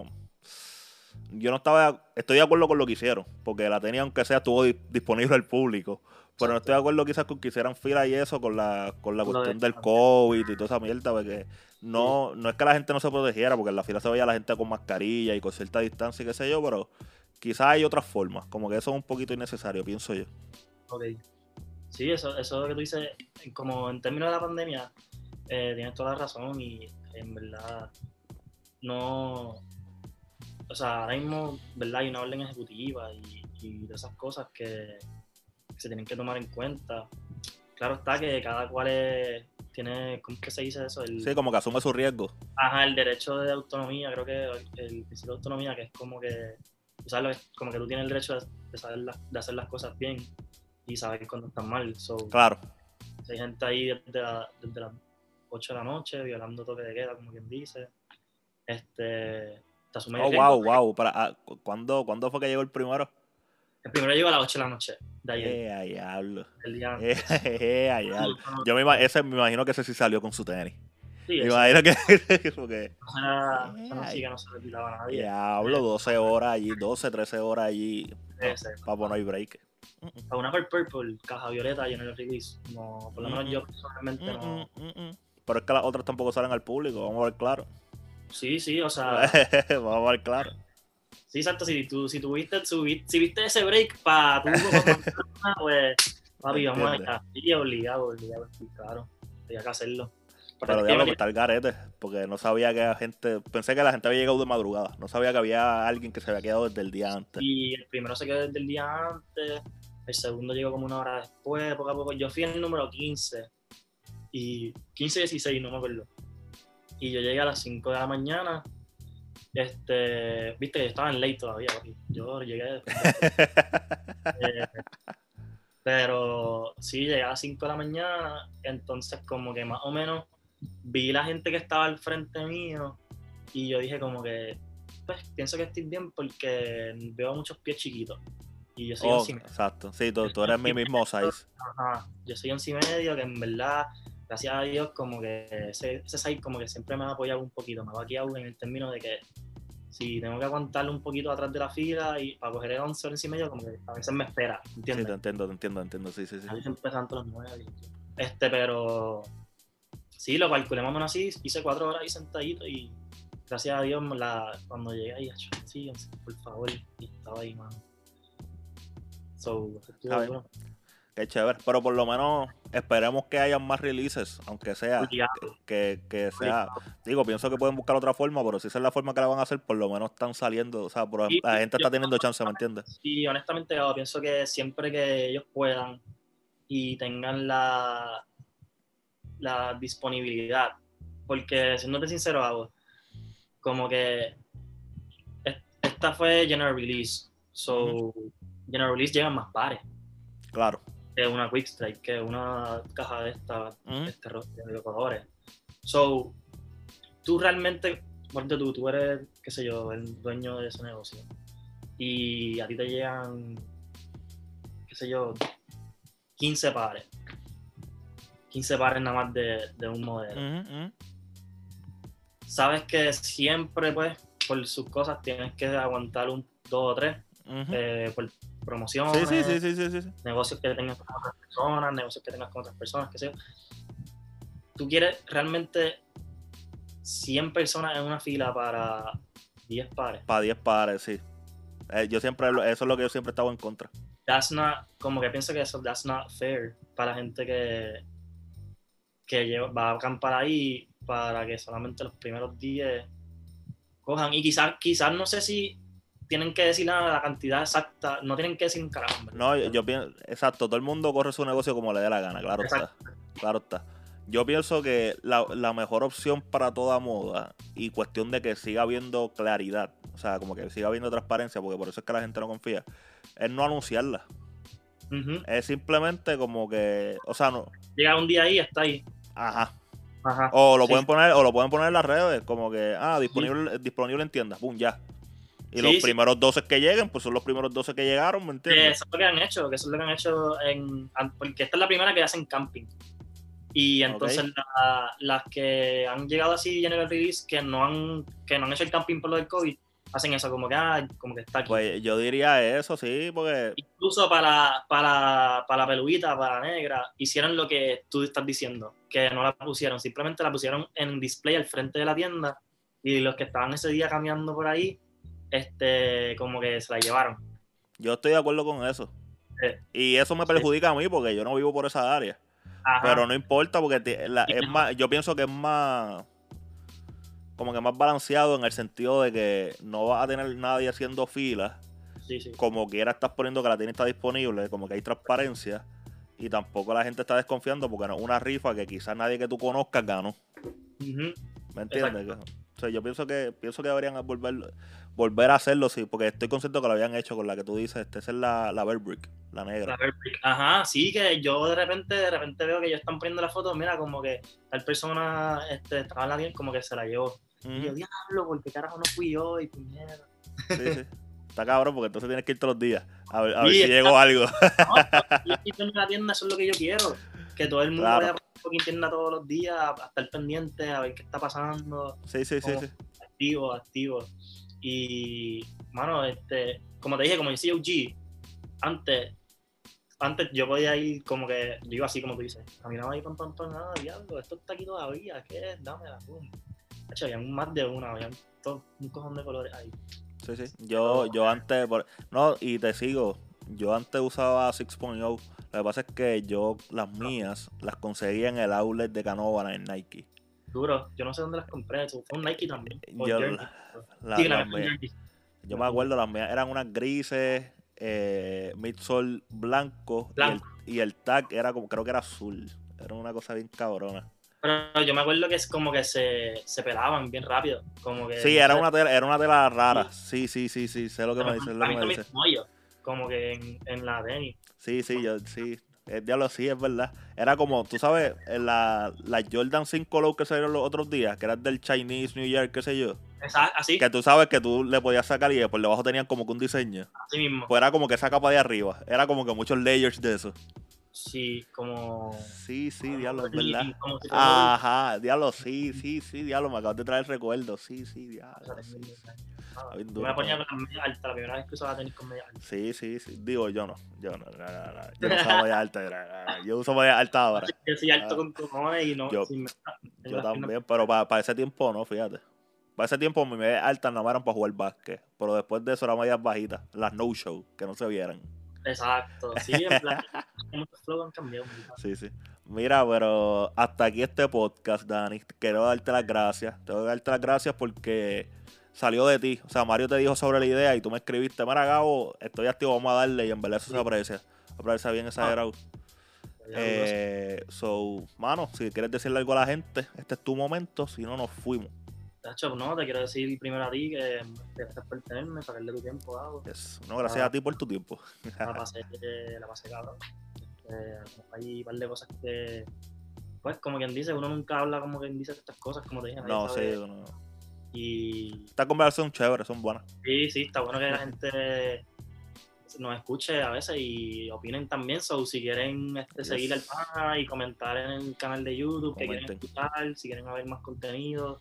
yo no estaba, estoy de acuerdo con lo que hicieron, porque la tenía, aunque sea, estuvo di- disponible al público, pero no Exacto. estoy de acuerdo quizás con que hicieran fila y eso con la, con la Lo cuestión de- del COVID y toda esa mierda, porque no, no es que la gente no se protegiera, porque en la fila se veía la gente con mascarilla y con cierta distancia y qué sé yo, pero quizás hay otras formas, como que eso es un poquito innecesario, pienso yo. Ok. Sí, eso, eso que tú dices, como en términos de la pandemia, eh, tienes toda la razón y en verdad no, o sea, ahora mismo, ¿verdad? Hay una orden ejecutiva y, y de esas cosas que, que se tienen que tomar en cuenta. Claro está que cada cual es- tiene, ¿cómo es que se dice eso? El, Sí, como que asume su riesgo. ajá, el derecho de autonomía, creo que el, el principio de autonomía, que es como que, tú sabes, lo que- como que tú tienes el derecho de, de saber las- de hacer las cosas bien y saber cuando están mal. So, Claro. hay gente ahí desde, la- desde las ocho de la noche violando toque de queda, como quien dice. Este, te asume el Oh, riesgo. wow, wow. Para, ah, cu- ¿cuándo, ¿Cuándo fue que llegó el primero? El primero llegó a las ocho de la noche de ayer, Eh, a diablo. el día Eh, antes. eh, a diablo. Yo me, ima- ese, me imagino que ese sí salió con su tenis. Sí, Me eso, imagino que. Porque, eso, era, eh, eso no sí ay, que no se le quitaba a nadie. diablo, doce horas allí, doce, trece horas allí. No, Ese, papo, no hay break. a una Purple Purple, caja violeta y en el release. No, por lo menos Mm, yo personalmente Mm, no. mm, mm, mm. Pero es que las otras tampoco salen al público, vamos a ver claro. Sí, sí, o sea, Vamos a ver claro. sí, exacto. Si tú, si tú viste, si, si viste ese break para tú, pa- pues, papi, vamos ¿Entiendes? allá. Sí, obligado, obligado, sí, claro. Había que hacerlo. Pero Pero es que diablo, me pues está el garete, porque no sabía que la gente, pensé que la gente había llegado de madrugada, no sabía que había alguien que se había quedado desde el día antes. Y el primero se quedó desde el día antes, el segundo llegó como una hora después, poco a poco. Yo fui en el número quince, y quince, dieciséis, no me acuerdo. Y yo llegué a las cinco de la mañana. Este, viste, yo estaba en late todavía, papi. Yo llegué. eh, pero sí, llegué a las cinco de la mañana. Entonces, como que más o menos vi la gente que estaba al frente mío. Y yo dije, como que, pues pienso que estoy bien porque veo muchos pies chiquitos. Y yo soy Oh, once y medio. exacto, sí, tú, tú eres mi mismo size. Ajá, yo soy once y medio, que en verdad, gracias a Dios, como que ese, ese size como que siempre me ha apoyado un poquito, me ha vaqueado en el término de que si tengo que aguantarle un poquito atrás de la fila y para coger el once, once y medio, como que a veces me espera, Sí, ¿entiendes? te entiendo, te entiendo, te entiendo, sí, sí, sí. A veces empezando a las nueve. Este, pero sí, lo calculé más o menos así, hice cuatro horas ahí sentadito y gracias a Dios la, cuando llegué ahí, sí, por favor, y estaba ahí, mano. So, estuvo A ver. bueno. Qué chévere, pero por lo menos esperemos que hayan más releases, aunque sea, Obligado. que, que sea, digo, pienso que pueden buscar otra forma, pero si esa es la forma que la van a hacer, por lo menos están saliendo, o sea, por- Y- la gente yo- está teniendo chance, ¿me entiendes? Y honestamente, yo pienso que siempre que ellos puedan y tengan la, la disponibilidad, porque siéndote sincero, hago como que es- esta fue General Release, so General Release llegan más pares Claro. que una Quick Strike, que una caja de esta, Ujú. este ro- de colores. So, tú realmente, por ejemplo, tú, tú eres, qué sé yo, el dueño de ese negocio y a ti te llegan, qué sé yo, quince pares. quince pares nada más de, de un modelo. Ujú, ujú. Sabes que siempre, pues, por sus cosas tienes que aguantar un dos o tres Ujú. eh, por promociones, Sí, sí, sí, sí, sí, sí, sí. negocios que tengas con otras personas, negocios que tengas con otras personas, qué sé yo. Tú quieres realmente cien personas en una fila para diez pares. Para diez pares, sí. Eh, yo siempre, eso es lo que yo siempre he estado en contra. That's not, como que pienso que eso, that's not fair para la gente que, que lleva- va a acampar ahí para que solamente los primeros diez cojan. Y quizás, quizás no sé si tienen que decir nada, la cantidad exacta, no tienen que decir un carajo. ¿verdad? No, yo, yo pienso, exacto, todo el mundo corre su negocio como le dé la gana, claro está. Exacto. Claro está. Yo pienso que la, la mejor opción para toda moda y cuestión de que siga habiendo claridad, o sea, como que siga habiendo transparencia, porque por eso es que la gente no confía, es no anunciarla. Ujú. Es simplemente como que, o sea, no, Llega un día ahí y está ahí. ajá. Ajá. O lo Sí, pueden poner, o lo pueden poner en las redes, como que, ah, disponible, disponible en tiendas, pum, ya. Y Sí, los sí. primeros doce que lleguen, pues son los primeros doce que llegaron, ¿me Que entiendes? eso es lo que han hecho, que eso es lo que han hecho en, porque esta es la primera que hacen camping. Y entonces Ok. la- las que han llegado así general release, que no han, que no han hecho el camping por lo del COVID, hacen eso, como que, ah, como que está aquí. Pues yo diría eso, sí, porque Incluso para, para, para la peluita, para la negra, hicieron lo que tú estás diciendo, que no la pusieron, simplemente la pusieron en display al frente de la tienda y los que estaban ese día caminando por ahí, este, como que se la llevaron. yo estoy de acuerdo con eso. Eh, Y eso me Sí. perjudica a mí porque yo no vivo por esa área. Ajá. Pero no importa porque ti- la- es más, yo pienso que es más, como que más balanceado en el sentido de que no vas a tener nadie haciendo filas, Sí, sí. como quiera estás poniendo que la tienda está disponible, como que hay transparencia y tampoco la gente está desconfiando porque no es una rifa que quizás nadie que tú conozcas ganó. Ujú. ¿Me entiendes? O sea, yo pienso que pienso que deberían volver, volver a hacerlo, sí, porque estoy consciente que lo habían hecho con la que tú dices, este, esa es la, la Bear Brick, la negra. La Verbrick. Ajá, sí, que yo de repente, de repente veo que ellos están poniendo la foto, mira, como que tal persona este, estaba en la tienda, como que se la llevó. Y yo, Ujú. diablo, ¿por qué carajo no fui yo? Y puñera. Sí, sí. Está cabrón porque entonces tienes que ir todos los días a ver, a ver Sí, si está- llegó algo. No, yo estoy en la tienda, eso es lo que yo quiero. Que todo el mundo Claro. vaya por la tienda todos los días, a, a estar pendiente, a ver qué está pasando, Sí, sí, sí, como sí. activo, activo. Y, mano, este, como te dije, como yo soy O G, antes, antes yo podía ir como que, yo iba así como tú dices, caminaba ahí, pam, pam, pam, ah, diablo, esto está aquí todavía, ¿qué es? Dámela, pum. Hecho, había más de una, había todo, un cojón de colores ahí. Sí, sí. Yo, yo antes, por- no, y te sigo, yo antes usaba seis punto cero. Lo que pasa es que yo las mías las conseguía en el outlet de Canóvana en Nike. Duro, yo no sé dónde las compré, eso fue un Nike también. o Yo, Journey. la- Sí, las la mías- Journey. yo me acuerdo, las mías eran unas grises, eh, midsole blanco, y el, Blanco. y el tag era como, creo que era azul. Era una cosa bien cabrona. Pero yo me acuerdo que es como que se, se pelaban bien rápido. Como que, Sí, no era sé, una tela, era una tela rara. Sí, sí, sí, sí, sé lo que a me lo dice, mejor es lo a que mí me también dice. como yo, como que en, en la tenis. Sí, sí, yo, sí. El diablo sí, es verdad. Era como, tú sabes, en la, la Jordan cinco Low que salieron los otros días, que eran del Chinese New Year, qué sé yo. Esa- así, Que tú sabes que tú le podías sacar y por debajo tenían como que un diseño. así mismo. Pues era como que esa capa de arriba. Era como que muchos layers de eso. Sí, como... Sí, sí, diablo, es como- verdad. como si fuera Ajá, diablo, sí, sí, sí, diablo, me acabas de traer recuerdos. Sí, sí, un- diablo, sí. Ah, bien yo duro me la ponía todo. con las medias altas, la primera vez que usaba tenis con medias altas. Sí, sí, sí. Digo, yo no. Yo no. no, no, no. Yo no usaba media alta. no, no, no. Yo uso media alta ahora. Yo soy alto Ah, con cojones y no... yo- sin- tengo Yo las piernas- también, pero para ese tiempo no, fíjate. Para ese tiempo mi media alta nada más eran para jugar básquet. Pero después de eso eran medias bajitas. Las no-show, que no se vieran. Exacto, sí, en plan, muchos flow han cambiado. ¿verdad? Sí, sí. Mira, pero hasta aquí este podcast, Dani. Quiero darte las gracias. Tengo que darte las gracias porque salió de ti. O sea, Mario te dijo sobre la idea y tú me escribiste, mira, Gabo, estoy activo, vamos a darle. Y en verdad eso se Sí. aprecia. Aprecia bien exagerado. Ya, Eh, so, mano, si quieres decirle algo a la gente, este es tu momento. Si no, nos fuimos. Tacho, no, te quiero decir primero a ti que gracias por tenerme, sacarle tu tiempo, Gabo. Yes. No, gracias Ah. a ti por tu tiempo. La pasé, eh, la pasé cabrón. Este, hay un par de cosas que, pues, como quien dice, uno nunca habla como quien dice estas cosas, como te dije. nadie No, sabe. sí, no. Y Estas conversaciones son chéveres, son buenas. sí, sí, está bueno que la gente nos escuche a veces y opinen también. So, si quieren este, Yes. seguir al pana y comentar en el canal de YouTube, que quieren Comenten. escuchar, si quieren ver más contenido,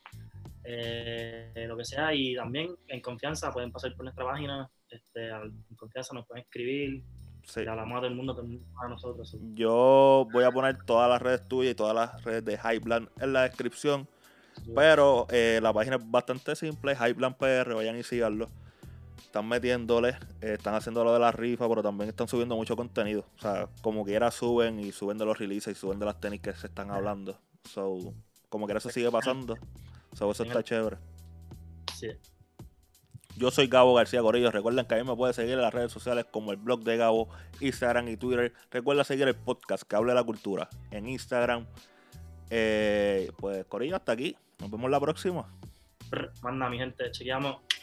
eh, lo que sea. Y también en confianza pueden pasar por nuestra página. Este, en confianza nos pueden escribir. Sí. Le hablamos a todo el mundo, todo el mundo a nosotros. So. Yo voy a poner todas las redes tuyas y todas las redes de Hypeland en la descripción. Pero eh, la página es bastante simple, Hypeland P R, vayan y síganlo. Están metiéndole, eh, están haciendo lo de la rifa, pero también están subiendo mucho contenido. O sea, como quiera suben y suben de los releases y suben de las tenis que se están hablando. So, como quiera eso sigue pasando. So, eso está chévere. Sí. Yo soy Gabo García Corillo. Recuerden que a mí me pueden seguir en las redes sociales como el blog de Gabo, Instagram y Twitter. Recuerda seguir el podcast que habla de la cultura en Instagram, Eh, pues, Corillo, hasta aquí. Nos vemos la próxima. Manda, mi gente, chequeamos.